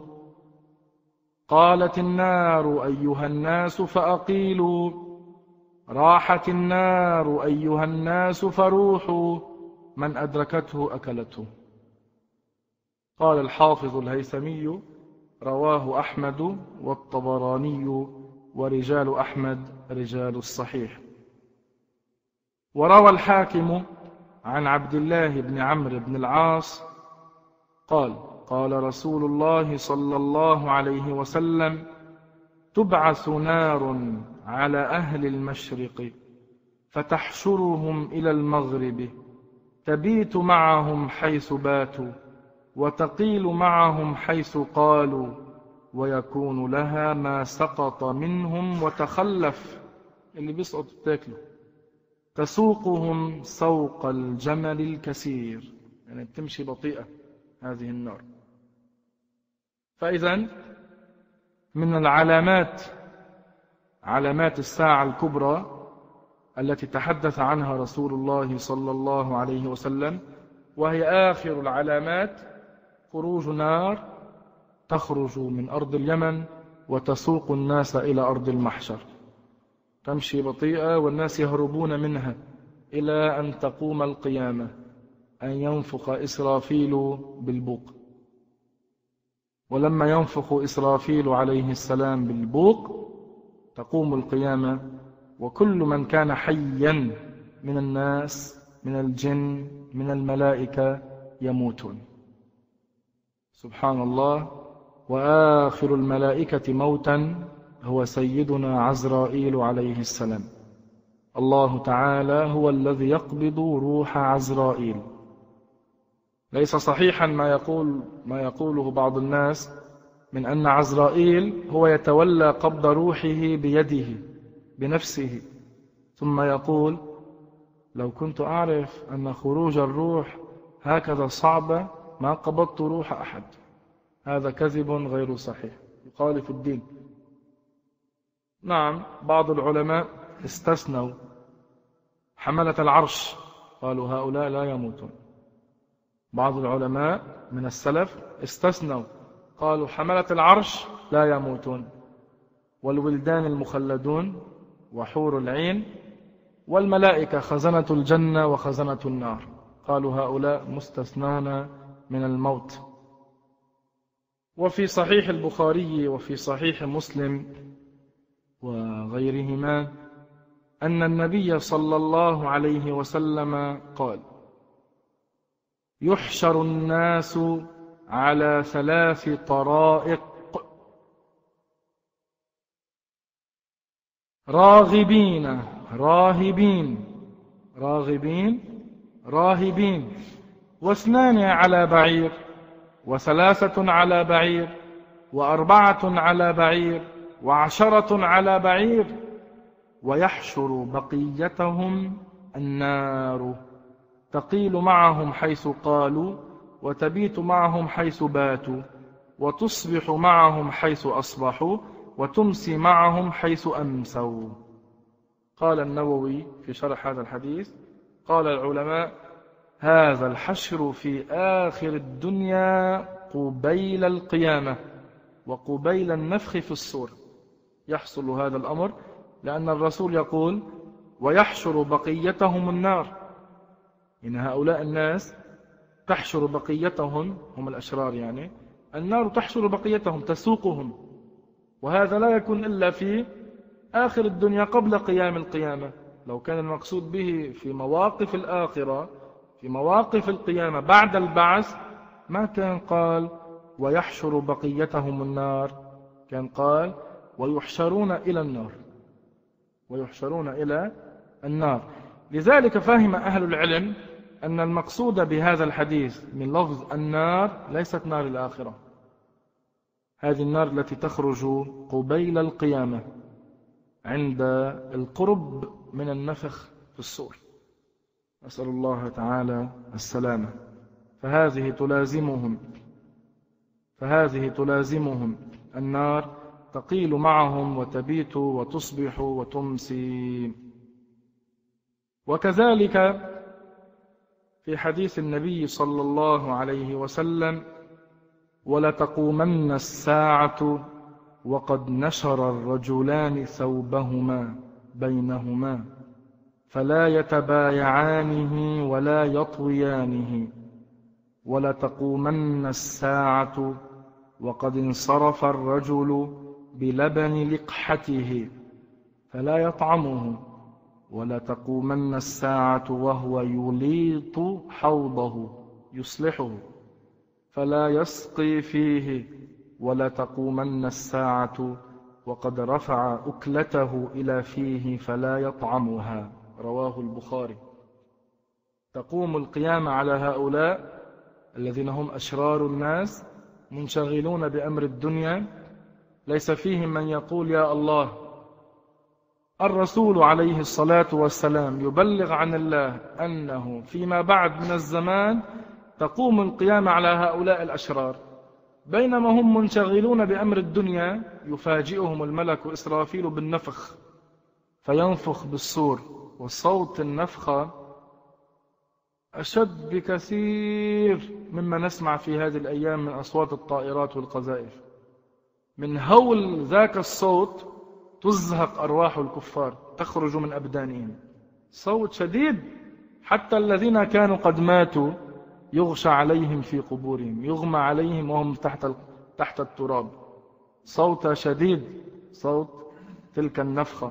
قالت النار أيها الناس فأقيلوا، راحت النار أيها الناس فروحوا، من أدركته أكلته. قال الحافظ الهيثمي: رواه أحمد والطبراني، ورجال أحمد رجال الصحيح. وروى الحاكم عن عبد الله بن عمرو بن العاص قال: قال رسول الله صلى الله عليه وسلم: تبعث نار على أهل المشرق فتحشرهم إلى المغرب، تبيت معهم حيث باتوا، وتقيل معهم حيث قالوا، ويكون لها ما سقط منهم وتخلف، اللي بيسقط بتاكله، تسوقهم سوق الجمل الكثير، يعني بتمشي بطيئة هذه النار. فإذا من العلامات، علامات الساعة الكبرى التي تحدث عنها رسول الله صلى الله عليه وسلم، وهي آخر العلامات، خروج نار تخرج من أرض اليمن وتسوق الناس إلى أرض المحشر، تمشي بطيئة والناس يهربون منها إلى أن تقوم القيامة، أن ينفخ إسرافيل بالبوق. ولما ينفخ إسرافيل عليه السلام بالبوق تقوم القيامة، وكل من كان حيا من الناس من الجن من الملائكة يموتون. سبحان الله. وآخر الملائكة موتا هو سيدنا عزرائيل عليه السلام. الله تعالى هو الذي يقبض روح عزرائيل. ليس صحيحا ما يقوله بعض الناس من أن عزرائيل هو يتولى قبض روحه بيده بنفسه، ثم يقول: لو كنت أعرف أن خروج الروح هكذا صعبة ما قبضت روح أحد. هذا كذب غير صحيح، يخالف الدين. نعم، بعض العلماء استثنوا حملة العرش، قالوا هؤلاء لا يموتون. بعض العلماء من السلف استثنوا، قالوا حملة العرش لا يموتون، والولدان المخلدون وحور العين والملائكة خزنة الجنة وخزنة النار، قالوا هؤلاء مستثنون من الموت. وفي صحيح البخاري وفي صحيح مسلم وغيرهما أن النبي صلى الله عليه وسلم قال: يحشر الناس على 3 طرائق: راغبين راهبين، راغبين راهبين، 2 على بعير، 3 على بعير، 4 على بعير، 10 على بعير، ويحشر بقيتهم النار، تقيل معهم حيث قالوا، وتبيت معهم حيث باتوا، وتصبح معهم حيث أصبحوا، وتمسي معهم حيث أمسوا. قال النووي في شرح هذا الحديث: قال العلماء: هذا الحشر في آخر الدنيا قبيل القيامة وقبيل النفخ في الصور. يحصل هذا الأمر لأن الرسول يقول: ويحشر بقيتهم النار، إن هؤلاء الناس تحشر بقيتهم، هم الأشرار يعني، النار تحشر بقيتهم تسوقهم، وهذا لا يكون إلا في آخر الدنيا قبل قيام القيامة. لو كان المقصود به في مواقف الآخرة، في مواقف القيامة بعد البعث، ما كان قال ويحشر بقيتهم النار، كان قال ويحشرون إلى النار، ويحشرون إلى النار. لذلك فهم أهل العلم أن المقصود بهذا الحديث من لفظ النار ليست نار الآخرة، هذه النار التي تخرج قبيل القيامة عند القرب من النفخ في الصور. نسأل الله تعالى السلامة. فهذه تلازمهم النار تقيل معهم وتبيت وتصبح وتمسي. وكذلك في حديث النبي صلى الله عليه وسلم: ولتقومن الساعة وقد نشر الرجلان ثوبهما بينهما فلا يتبايعانه ولا يطويانه. ولتقومن الساعة وقد انصرف الرجل بلبن لقحته فلا يطعمه. ولتقومن الساعة وهو يليط حوضه يصلحه فلا يسقي فيه. ولتقومن الساعة وقد رفع أكلته إلى فيه فلا يطعمها. رواه البخاري. تقوم القيامة على هؤلاء الذين هم أشرار الناس منشغلون بأمر الدنيا، ليس فيهم من يقول يا الله. الرسول عليه الصلاة والسلام يبلغ عن الله أنه فيما بعد من الزمان تقوم القيامة على هؤلاء الأشرار، بينما هم منشغلون بأمر الدنيا يفاجئهم الملك إسرافيل بالنفخ فينفخ بالصور، وصوت النفخة أشد بكثير مما نسمع في هذه الأيام من أصوات الطائرات والقذائف. من هول ذاك الصوت تزهق أرواح الكفار تخرج من أبدانهم، صوت شديد حتى الذين كانوا قد ماتوا يغشى عليهم في قبورهم، يغمى عليهم وهم تحت التراب. صوت شديد، صوت تلك النفخة.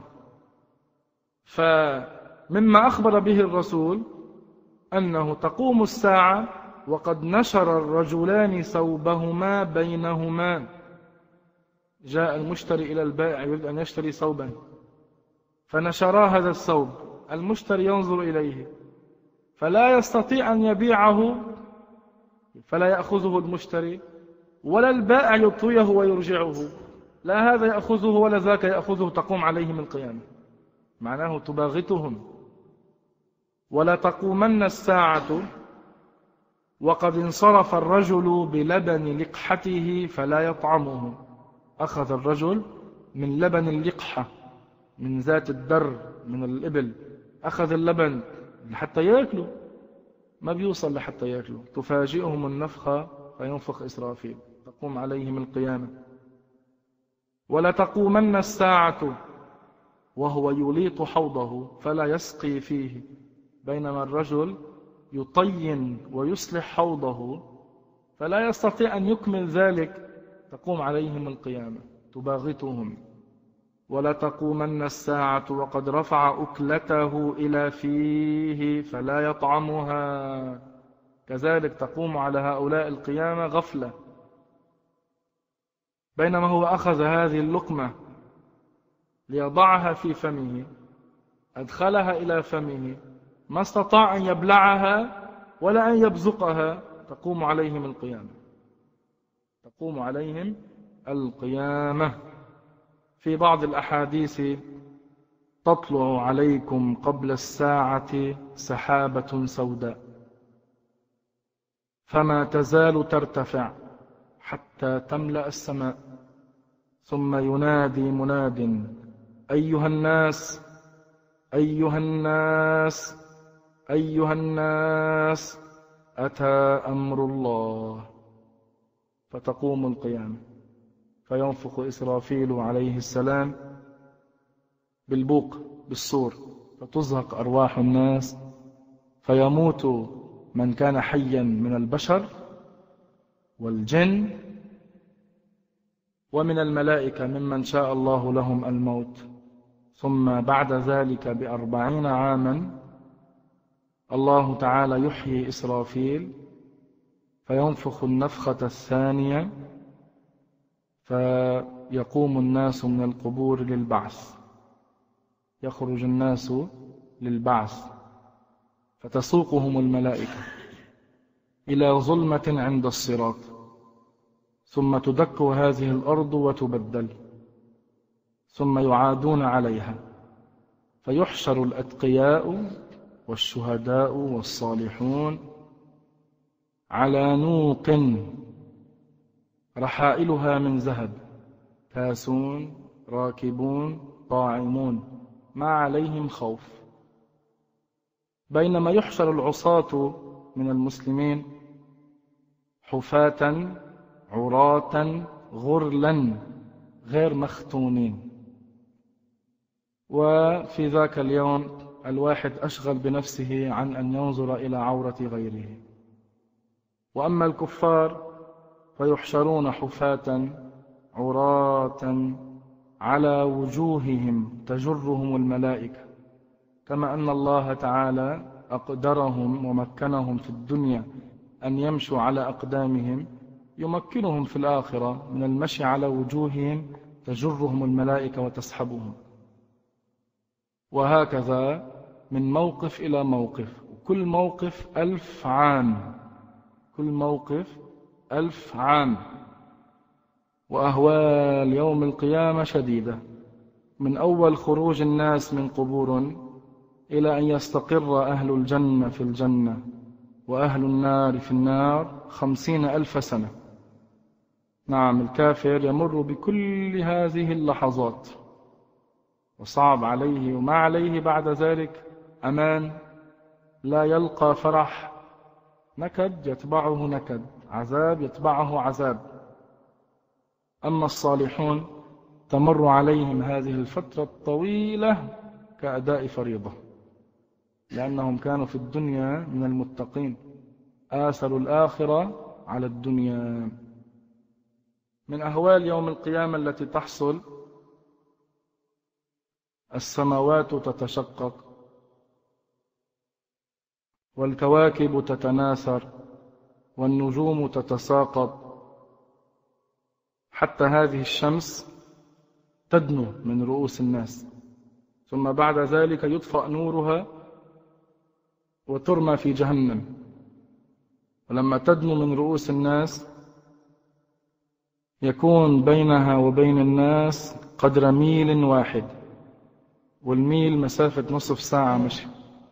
فمما أخبر به الرسول أنه تقوم الساعة وقد نشر الرجلان ثوبهما بينهما. جاء المشتري إلى البائع يريد أن يشتري ثوبا فنشرا هذا الثوب، المشتري ينظر إليه فلا يستطيع أن يبيعه فلا يأخذه المشتري، ولا البائع يطويه ويرجعه، لا هذا يأخذه ولا ذاك يأخذه. تقوم عليهم القيامة، معناه تباغتهم. ولا تقومن الساعة وقد انصرف الرجل بلبن لقحته فلا يطعمه. أخذ الرجل من لبن اللقحة، من ذات الدر من الإبل، أخذ اللبن حتى يأكله، ما بيوصل لحتى يأكله. تفاجئهم النفخة فينفخ إسرافيل، تقوم عليهم القيامة. ولا تقومن الساعة وهو يليط حوضه فلا يسقي فيه، بينما الرجل يطين ويصلح حوضه فلا يستطيع أن يكمل ذلك. تقوم عليهم القيامة تباغتهم. ولا تقومن الساعة وقد رفع أكلته إلى فيه فلا يطعمها. كذلك تقوم على هؤلاء القيامة غفلة، بينما هو أخذ هذه اللقمة ليضعها في فمه، أدخلها إلى فمه، ما استطاع أن يبلعها ولا أن يبزقها. تقوم عليهم القيامة، تقوم عليهم القيامة. في بعض الأحاديث: تطلع عليكم قبل الساعة سحابة سوداء فما تزال ترتفع حتى تملأ السماء، ثم ينادي مناد: أيها الناس أيها الناس أيها الناس، أتى أمر الله. فتقوم القيامة فينفخ إسرافيل عليه السلام بالبوق بالصور فتزهق أرواح الناس، فيموت من كان حيا من البشر والجن ومن الملائكة ممن شاء الله لهم الموت. ثم بعد ذلك ب40 عاما الله تعالى يحيي إسرافيل فينفخ النفخة الثانية فيقوم الناس من القبور للبعث، يخرج الناس للبعث فتسوقهم الملائكة إلى ظلمة عند الصراط، ثم تدك هذه الأرض وتبدل، ثم يعادون عليها فيحشر الأتقياء والشهداء والصالحون على نوق رحائلها من ذهب كاسون راكبون طاعمون ما عليهم خوف. بينما يحشر العصاة من المسلمين حفاة عراة غرلا غير مختونين. وفي ذاك اليوم الواحد أشغل بنفسه عن أن ينظر إلى عورة غيره. وأما الكفار فيحشرون حفاة عراة على وجوههم تجرهم الملائكة، كما أن الله تعالى أقدرهم ومكنهم في الدنيا أن يمشوا على أقدامهم، يمكنهم في الآخرة من المشي على وجوههم تجرهم الملائكة وتسحبهم. وهكذا من موقف إلى موقف، كل موقف 1000 عام، كل موقف 1000 عام. وأهوال يوم القيامة شديدة، من أول خروج الناس من قبور إلى أن يستقر أهل الجنة في الجنة وأهل النار في النار 50,000 سنة. نعم، الكافر يمر بكل هذه اللحظات وصعب عليه، وما عليه بعد ذلك أمان، لا يلقى فرح، نكد يتبعه نكد، عذاب يتبعه عذاب. أما الصالحون تمر عليهم هذه الفترة الطويلة كأداء فريضة، لأنهم كانوا في الدنيا من المتقين، آثروا الآخرة على الدنيا. من أهوال يوم القيامة التي تحصل: السماوات تتشقق والكواكب تتناثر والنجوم تتساقط، حتى هذه الشمس تدنو من رؤوس الناس، ثم بعد ذلك يطفأ نورها وترمى في جهنم. ولما تدنو من رؤوس الناس يكون بينها وبين الناس قدر ميل واحد، والميل مسافة نصف ساعة مشي.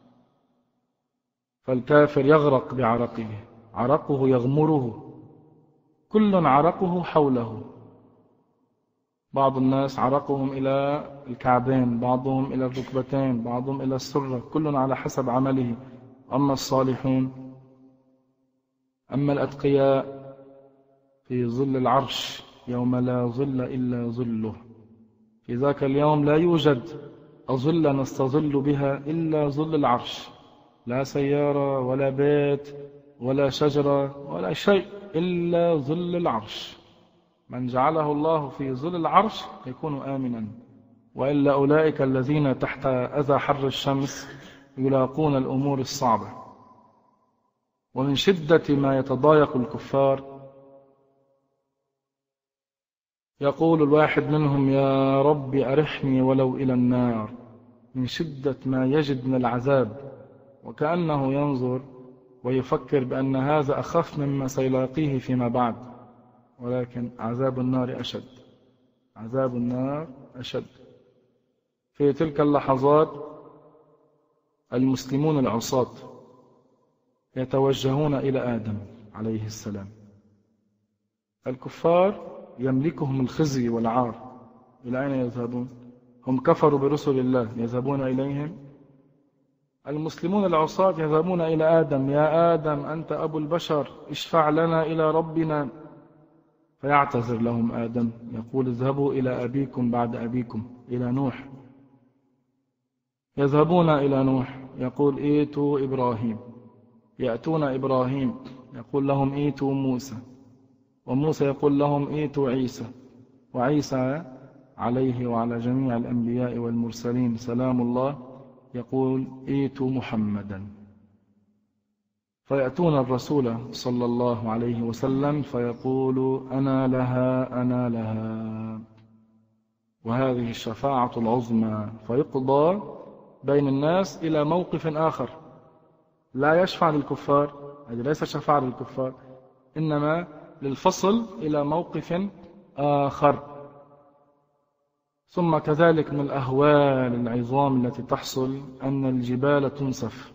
فالكافر يغرق بعرقه، عرقه يغمره، كل عرقه حوله. بعض الناس عرقهم إلى الكعبين، بعضهم إلى الركبتين، بعضهم إلى السرة، كل على حسب عمله. أما الصالحون، أما الأتقياء في ظل العرش يوم لا ظل إلا ظله. في ذاك اليوم لا يوجد أظل نستظل بها إلا ظل العرش، لا سيارة ولا بيت ولا شجرة ولا شيء إلا ظل العرش. من جعله الله في ظل العرش يكون آمنا، وإلا أولئك الذين تحت أذى حر الشمس يلاقون الأمور الصعبة. ومن شدة ما يتضايق الكفار يقول الواحد منهم: يا رب أرحني ولو إلى النار، من شدة ما يجد من العذاب، وكأنه ينظر ويفكر بأن هذا أخف مما سيلاقيه فيما بعد. ولكن عذاب النار أشد، عذاب النار أشد. في تلك اللحظات المسلمون العصاة يتوجهون إلى آدم عليه السلام. الكفار يملكهم الخزي والعار، إلى أين يذهبون؟ هم كفروا برسل الله، يذهبون إليهم. المسلمون العصاة يذهبون إلى آدم: يا آدم أنت أبو البشر، اشفع لنا إلى ربنا. فيعتذر لهم آدم، يقول: اذهبوا إلى أبيكم بعد أبيكم، إلى نوح. يذهبون إلى نوح، يقول: ائتوا إبراهيم. يأتون إبراهيم، يقول لهم: ائتوا موسى. وموسى يقول لهم: ائتوا عيسى. وعيسى عليه وعلى جميع الأنبياء والمرسلين سلام الله يقول: ائتوا محمدا. فيأتون الرسول صلى الله عليه وسلم فيقول: أنا لها أنا لها. وهذه الشفاعة العظمى، فيقضى بين الناس إلى موقف آخر، لا يشفع للكفار، هذه ليس شفاعة للكفار، إنما للفصل إلى موقف آخر. ثم كذلك من الأهوال العظام التي تحصل أن الجبال تنسف،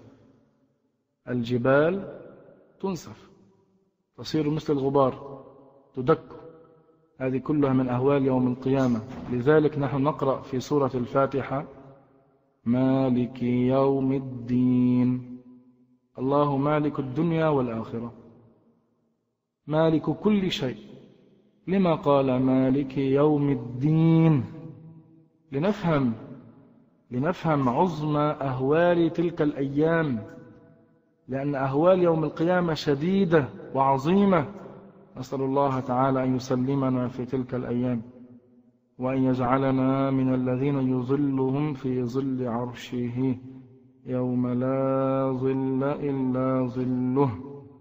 الجبال تنسف، تصير مثل الغبار، تدك. هذه كلها من أهوال يوم القيامة. لذلك نحن نقرأ في سورة الفاتحة مالك يوم الدين. الله مالك الدنيا والآخرة، مالك كل شيء. لما قال مالك يوم الدين؟ لنفهم عظم أهوال تلك الأيام، لأن أهوال يوم القيامة شديدة وعظيمة. نسأل الله تعالى أن يسلمنا في تلك الأيام، وأن يجعلنا من الذين يظلهم في ظل عرشه يوم لا ظل إلا ظله.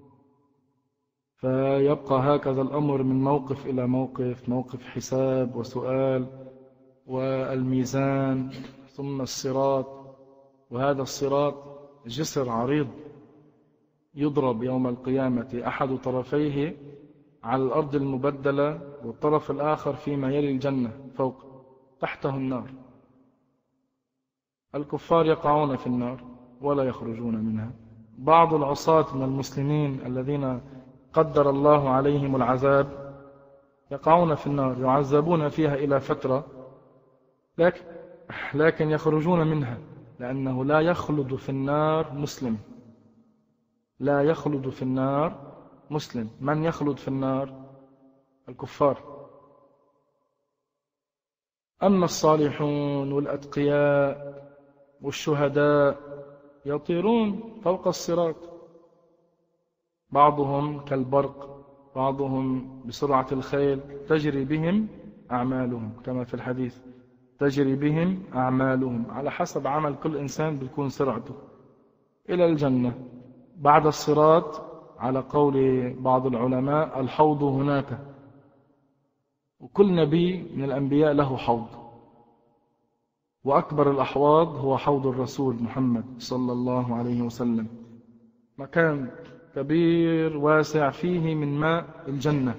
فيبقى هكذا الأمر من موقف إلى موقف، موقف حساب وسؤال والميزان، ثم الصراط. وهذا الصراط جسر عريض يضرب يوم القيامة، أحد طرفيه على الأرض المبدلة، والطرف الآخر فيما يلي الجنة فوق، تحته النار. الكفار يقعون في النار ولا يخرجون منها. بعض العصاة من المسلمين الذين قدر الله عليهم العذاب يقعون في النار، يعذبون فيها إلى فترة، لكن يخرجون منها، لأنه لا يخلد في النار مسلم. لا يخلد في النار مسلم. من يخلد في النار؟ الكفار. أما الصالحون والأتقياء والشهداء يطيرون فوق الصراط، بعضهم كالبرق، بعضهم بسرعة الخيل، تجري بهم أعمالهم، كما في الحديث تجري بهم أعمالهم، على حسب عمل كل إنسان بتكون سرعته، إلى الجنة. بعد الصراط على قول بعض العلماء الحوض هناك، وكل نبي من الأنبياء له حوض، وأكبر الأحواض هو حوض الرسول محمد صلى الله عليه وسلم، مكان كبير واسع فيه من ماء الجنة.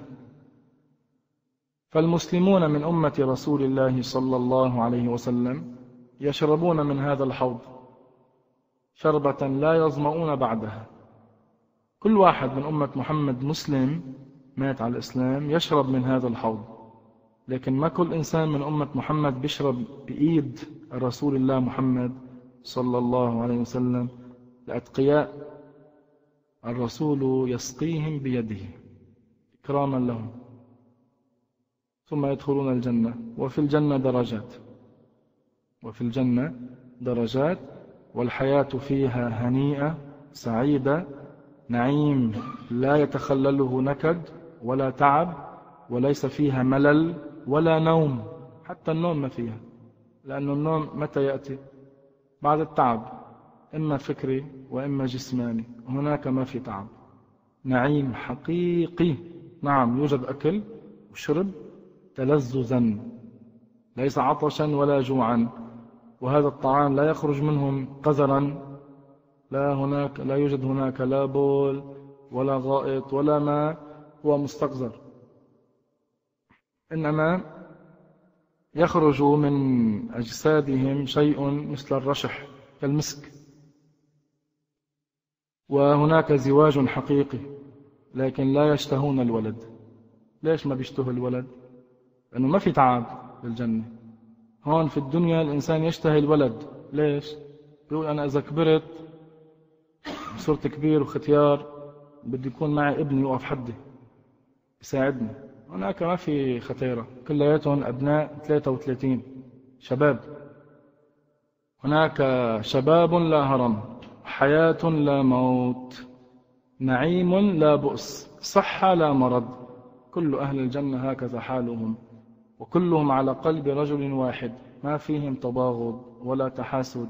فالمسلمون من أمة رسول الله صلى الله عليه وسلم يشربون من هذا الحوض شربة لا يظمؤون بعدها. كل واحد من أمة محمد مسلم مات على الإسلام يشرب من هذا الحوض، لكن ما كل إنسان من أمة محمد بيشرب بإيد رسول الله محمد صلى الله عليه وسلم. الأتقياء الرسول يسقيهم بيده إكراما لهم، ثم يدخلون الجنة. وفي الجنة درجات، والحياة فيها هنيئة سعيدة، نعيم لا يتخلله نكد ولا تعب، وليس فيها ملل ولا نوم. حتى النوم ما فيها، لأن النوم متى يأتي؟ بعد التعب، إما فكري وإما جسماني. هناك ما في تعب، نعيم حقيقي. نعم، يوجد أكل وشرب تلذذا، ليس عطشا ولا جوعا، وهذا الطعام لا يخرج منهم قذرا، لا يوجد هناك لا بول ولا غائط ولا ماء هو مستقذر، إنما يخرج من أجسادهم شيء مثل الرشح كالمسك. وهناك زواج حقيقي، لكن لا يشتهون الولد. ليش ما بيشتهوا الولد؟ لأنه ما في تعب بالجنة. هون في الدنيا الإنسان يشتهي الولد. ليش؟ بيقول أنا إذا كبرت صرت كبير وختيار بدي يكون معي ابني يوقف حدي يساعدني. هناك ما في ختيرة، كلياتهم أبناء 33 شباب. هناك شباب لا هرم، حياة لا موت، نعيم لا بؤس، صحة لا مرض. كل أهل الجنة هكذا حالهم، وكلهم على قلب رجل واحد، ما فيهم تباغض ولا تحاسد،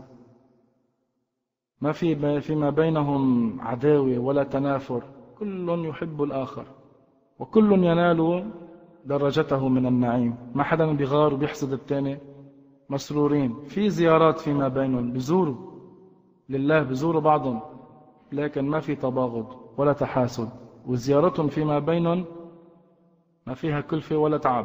ما فيما بينهم عداوة ولا تنافر، كل يحب الآخر، وكل ينال درجته من النعيم. ما حدا بيغار وبيحسد التاني، مسرورين. في زيارات فيما بينهم، بيزوروا لله، بيزوروا بعضهم، لكن ما في تباغض ولا تحاسد، وزيارتهم فيما بينهم ما فيها كلفة ولا تعب،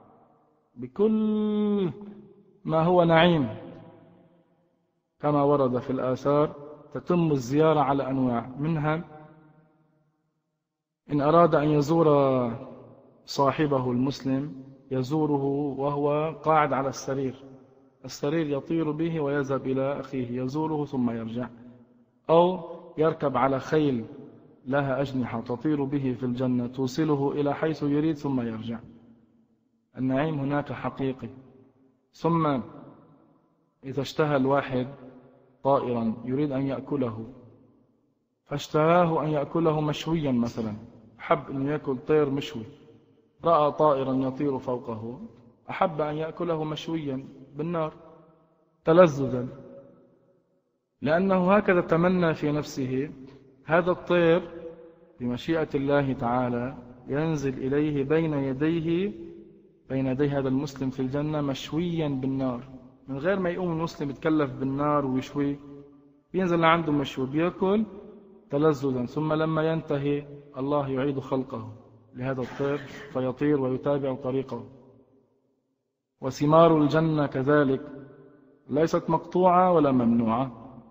بكل ما هو نعيم. كما ورد في الآثار تتم الزيارة على أنواع، منها إن أراد أن يزور صاحبه المسلم يزوره وهو قاعد على السرير يطير به ويذهب إلى أخيه يزوره ثم يرجع، أو يركب على خيل لها أجنحة تطير به في الجنة توصله إلى حيث يريد ثم يرجع. النعيم هناك حقيقي. ثم إذا اشتهى الواحد طائرا يريد أن يأكله، فاشتهاه أن يأكله مشويا مثلا، أحب أن يأكل طير مشوي، رأى طائرا يطير فوقه أحب أن يأكله مشويا بالنار تلذذا، لأنه هكذا تمنى في نفسه. هذا الطير بمشيئة الله تعالى ينزل إليه بين يدي هذا المسلم في الجنة مشويا بالنار، من غير ما يقوم المسلم يتكلف بالنار ويشوي، بينزل عنده مشوي بيأكل تلذذا. ثم لما ينتهي الله يعيد خلقه لهذا الطير فيطير ويتابع طريقه. وثمار الجنة كذلك ليست مقطوعة ولا ممنوعة،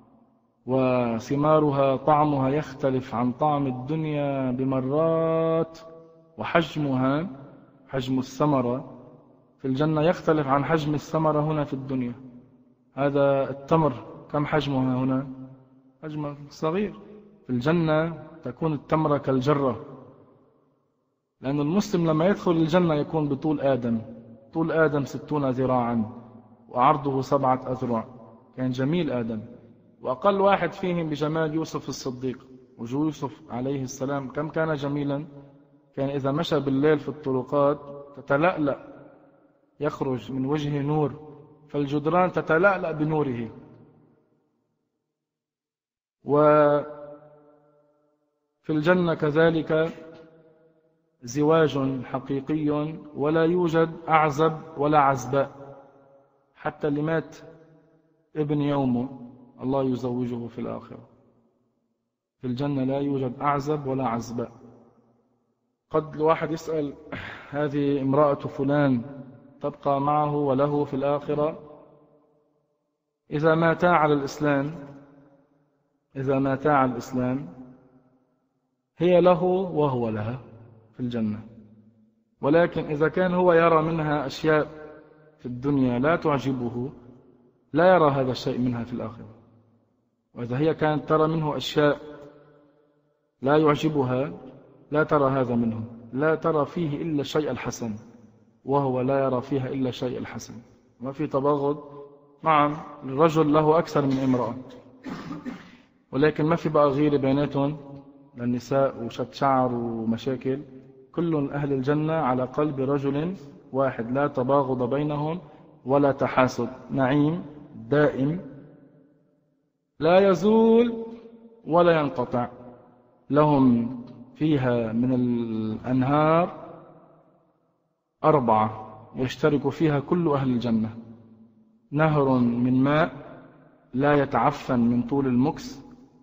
وثمارها طعمها يختلف عن طعم الدنيا بمرات، وحجمها حجم الثمرة في الجنة يختلف عن حجم الثمرة هنا في الدنيا. هذا التمر كم حجمها هنا؟ حجم صغير. في الجنة تكون التمرة كالجرة، لأن المسلم لما يدخل الجنة يكون بطول آدم، طول آدم 60 ذراعا وعرضه 7 أذرع، كان جميل آدم. وأقل واحد فيهم بجمال يوسف الصديق، وجو يوسف عليه السلام كم كان جميلا، كان إذا مشى بالليل في الطرقات تتلألأ، يخرج من وجهه نور، فالجدران تتلألأ بنوره. وفي الجنة كذلك زواج حقيقي، ولا يوجد أعزب ولا عزباء، حتى اللي مات ابن يومه الله يزوجه في الآخرة. في الجنة لا يوجد أعزب ولا عزباء. قد الواحد يسأل هذه امرأة فلان تبقى معه وله في الآخرة؟ إذا ماتا على الإسلام هي له وهو لها في الجنة. ولكن إذا كان هو يرى منها أشياء في الدنيا لا تعجبه، لا يرى هذا الشيء منها في الآخرة. وإذا هي كانت ترى منه أشياء لا يعجبها لا ترى هذا منه، لا ترى فيه إلا الشيء الحسن، وهو لا يرى فيها إلا الشيء الحسن. ما في تباغض، نعم الرجل له أكثر من امرأة، ولكن ما في بقى غير بيناتهم للنساء وشد شعر ومشاكل. كل أهل الجنة على قلب رجل واحد، لا تباغض بينهم ولا تحاسد، نعيم دائم لا يزول ولا ينقطع. لهم فيها من الأنهار 4 يشترك فيها كل أهل الجنة: نهر من ماء لا يتعفن من طول المكس،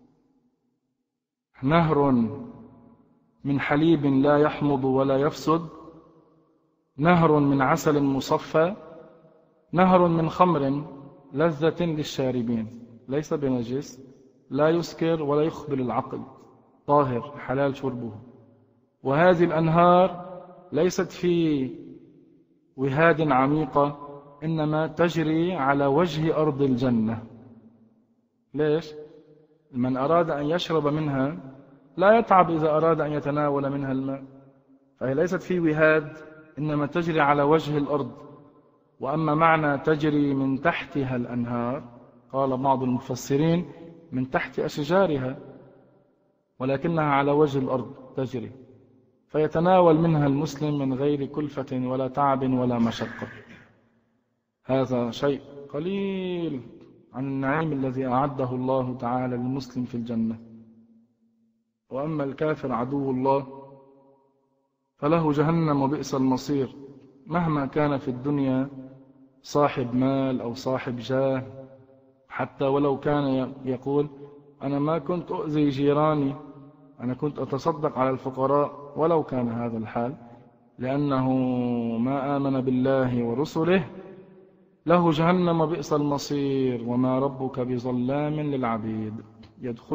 نهر من حليب لا يحمض ولا يفسد، نهر من عسل مصفى، نهر من خمر لذة للشاربين ليس بنجس، لا يسكر ولا يخبل العقل، طاهر حلال شربه. وهذه الأنهار ليست في وهاد عميقة، إنما تجري على وجه أرض الجنة. ليش؟ من أراد أن يشرب منها لا يتعب إذا أراد أن يتناول منها الماء، فهي ليست في وهاد، إنما تجري على وجه الأرض. وأما معنى تجري من تحتها الأنهار، قال بعض المفسرين من تحت أشجارها، ولكنها على وجه الأرض تجري، فيتناول منها المسلم من غير كلفة ولا تعب ولا مشقة. هذا شيء قليل عن النعيم الذي أعده الله تعالى للمسلم في الجنة. وأما الكافر عدو الله فله جهنم وبئس المصير، مهما كان في الدنيا صاحب مال أو صاحب جاه، حتى ولو كان يقول أنا ما كنت أؤذي جيراني، أنا كنت أتصدق على الفقراء، ولو كان هذا الحال، لأنه ما آمن بالله ورسله، له جهنم وبئس المصير. وما ربك بظلام للعبيد،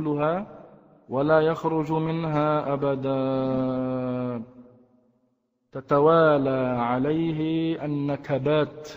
يدخلها ولا يخرج منها أبدا. تتوالى عليه النكبات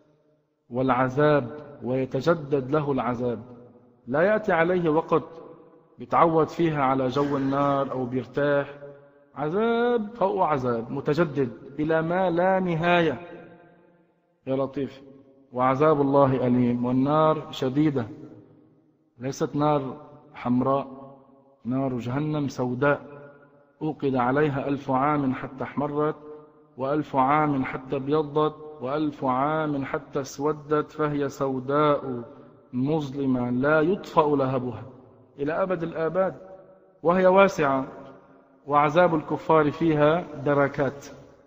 والعذاب ويتجدد له العذاب. لا يأتي عليه وقت بيتعود فيها على جو النار أو بيرتاح، عذاب فوق عذاب متجدد إلى ما لا نهاية. يا لطيف. وعذاب الله أليم، والنار شديدة، ليست نار حمراء، نار جهنم سوداء، أوقد عليها 1000 عام حتى احمرت، و1000 عام حتى ابيضت، و1000 عام حتى اسودت، فهي سوداء مظلمة لا يطفأ لهبها إلى أبد الآباد، وهي واسعة. وعذاب الكفار فيها دركات،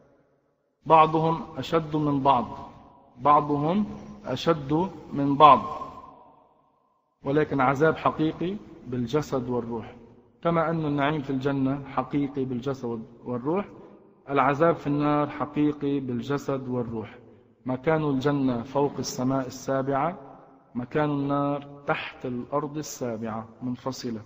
بعضهم أشد من بعض، بعضهم أشد من بعض، ولكن عذاب حقيقي بالجسد والروح. كما أن النعيم في الجنة حقيقي بالجسد والروح، العذاب في النار حقيقي بالجسد والروح. مكان الجنة فوق السماء السابعة، مكان النار تحت الأرض السابعة منفصلة،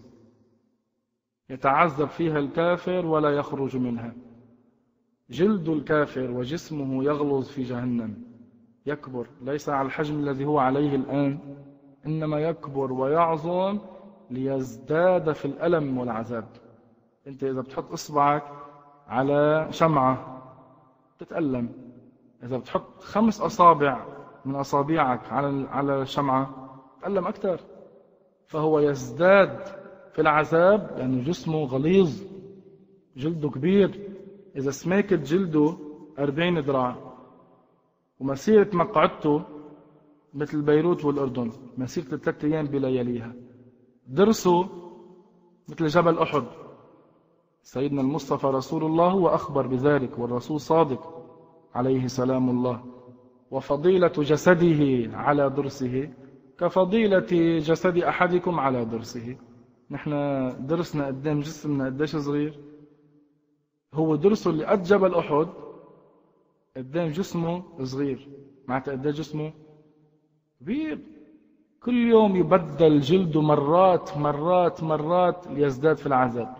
يتعذب فيها الكافر ولا يخرج منها. جلد الكافر وجسمه يغلظ في جهنم، يكبر، ليس على الحجم الذي هو عليه الآن، إنما يكبر ويعظم ليزداد في الألم والعذاب. أنت إذا بتحط إصبعك على شمعة تتألم، إذا بتحط 5 أصابع من أصابعك على شمعة تتألم أكثر. فهو يزداد في العذاب لأن جسمه غليظ، جلده كبير. إذا سميكت جلده 40 ذراع، ومسيرة مقعدته مثل بيروت والأردن، مسيرة 3 أيام بلياليها. درسه مثل جبل أحد. سيدنا المصطفى رسول الله هو أخبر بذلك، والرسول صادق عليه سلام الله. وفضيلة جسده على درسه كفضيلة جسد أحدكم على درسه. نحن درسنا قدام جسمنا قديش صغير، هو درسه اللي قد جبل أحد قدام جسمه صغير، معناته قديش جسمه كبير. كل يوم يبدل جلده مرات مرات مرات ليزداد في العذاب،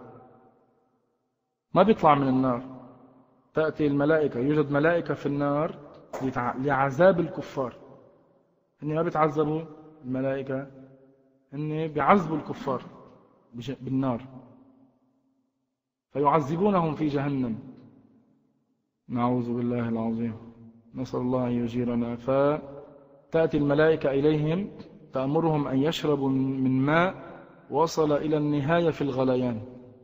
ما بيطلع من النار. تأتي الملائكة، يوجد ملائكة في النار لعذاب الكفار. هن ما بيتعذبوا الملائكة، هن بيعذبوا الكفار بالنار، فيعذبونهم في جهنم. نعوذ بالله العظيم، نسأل الله أن يجيرنا. فتأتي الملائكة إليهم تأمرهم أن يشربوا من ماء وصل إلى النهاية في الغليان،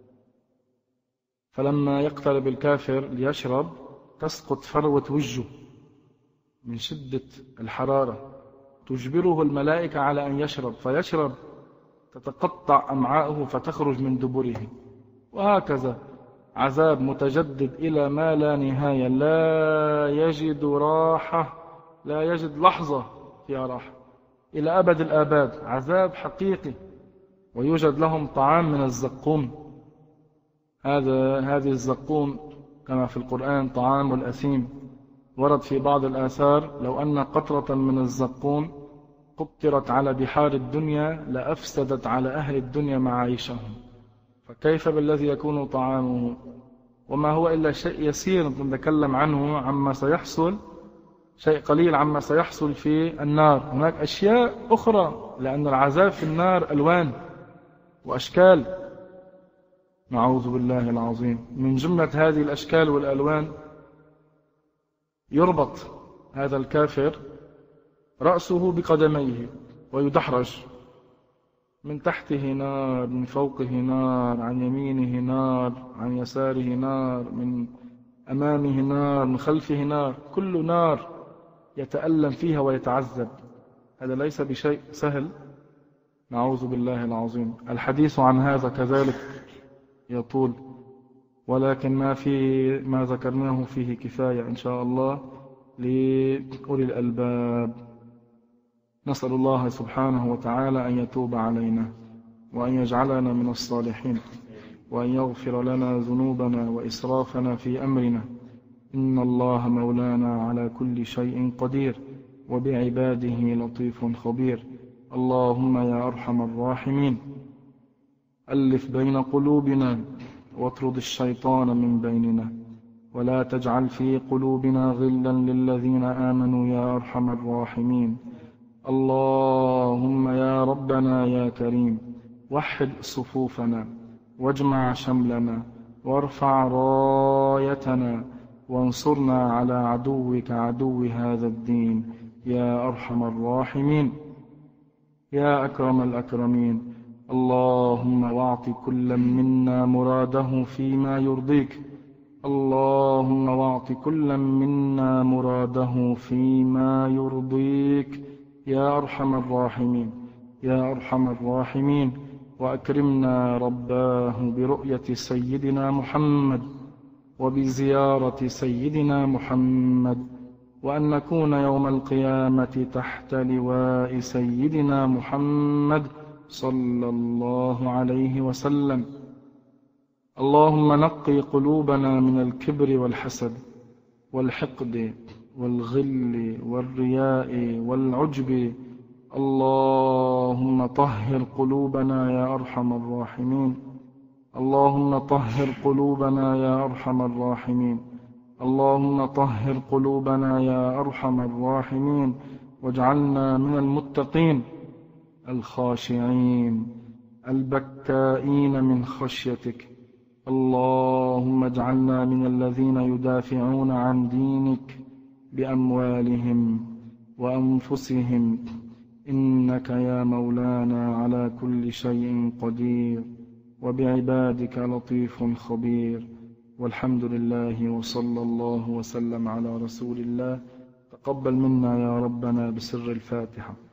فلما يقترب الكافر ليشرب تسقط فروة وجهه من شدة الحرارة، تجبره الملائكة على أن يشرب، فيشرب تتقطع أمعاؤه فتخرج من دبره. وهكذا عذاب متجدد إلى ما لا نهاية، لا يجد راحة، لا يجد لحظة فيها راحة إلى أبد الآباد. عذاب حقيقي. ويوجد لهم طعام من الزقوم. هذه الزقوم كما في القرآن طعام الأثيم. ورد في بعض الآثار لو أن قطرة من الزقوم قطرت على بحار الدنيا لأفسدت على أهل الدنيا معايشهم، فكيف بالذي يكون طعامه؟ وما هو إلا شيء يسير نتكلم عنه عما سيحصل، شيء قليل عما سيحصل في النار. هناك أشياء أخرى، لأن العذاب في النار ألوان وأشكال، نعوذ بالله العظيم. من جملة هذه الأشكال والألوان يربط هذا الكافر رأسه بقدميه ويدحرج، من تحته نار، من فوقه نار، عن يمينه نار، عن يساره نار، من أمامه نار، من خلفه نار، كل نار يتألم فيها ويتعذب. هذا ليس بشيء سهل، نعوذ بالله العظيم. الحديث عن هذا كذلك يطول، ولكن ما ذكرناه فيه كفاية إن شاء الله لأولي الألباب. نسأل الله سبحانه وتعالى أن يتوب علينا وأن يجعلنا من الصالحين، وأن يغفر لنا ذنوبنا وإسرافنا في أمرنا. إن الله مولانا على كل شيء قدير، وبعباده لطيف خبير. اللهم يا أرحم الراحمين ألف بين قلوبنا واطرد الشيطان من بيننا، ولا تجعل في قلوبنا غلا للذين آمنوا يا أرحم الراحمين. اللهم يا ربنا يا كريم، وحد صفوفنا واجمع شملنا وارفع رايتنا وانصرنا على عدوك عدو هذا الدين يا أرحم الراحمين يا أكرم الأكرمين. اللهم واعط كل منا مراده فيما يرضيك، اللهم واعط كل منا مراده فيما يرضيك يا أرحم الراحمين يا أرحم الراحمين. وأكرمنا رباه برؤية سيدنا محمد وبزيارة سيدنا محمد، وأن نكون يوم القيامة تحت لواء سيدنا محمد صلى الله عليه وسلم. اللهم نقي قلوبنا من الكبر والحسد والحقد والغل والرياء والعجب. اللهم طهر قلوبنا يا أرحم الراحمين، اللهم طهر قلوبنا يا أرحم الراحمين، اللهم طهر قلوبنا يا أرحم الراحمين، واجعلنا من المتقين الخاشعين البكائين من خشيتك. اللهم اجعلنا من الذين يدافعون عن دينك بأموالهم وأنفسهم، إنك يا مولانا على كل شيء قدير، وبعبادك لطيف خبير. والحمد لله وصلى الله وسلم على رسول الله. تقبل منا يا ربنا بسر الفاتحة.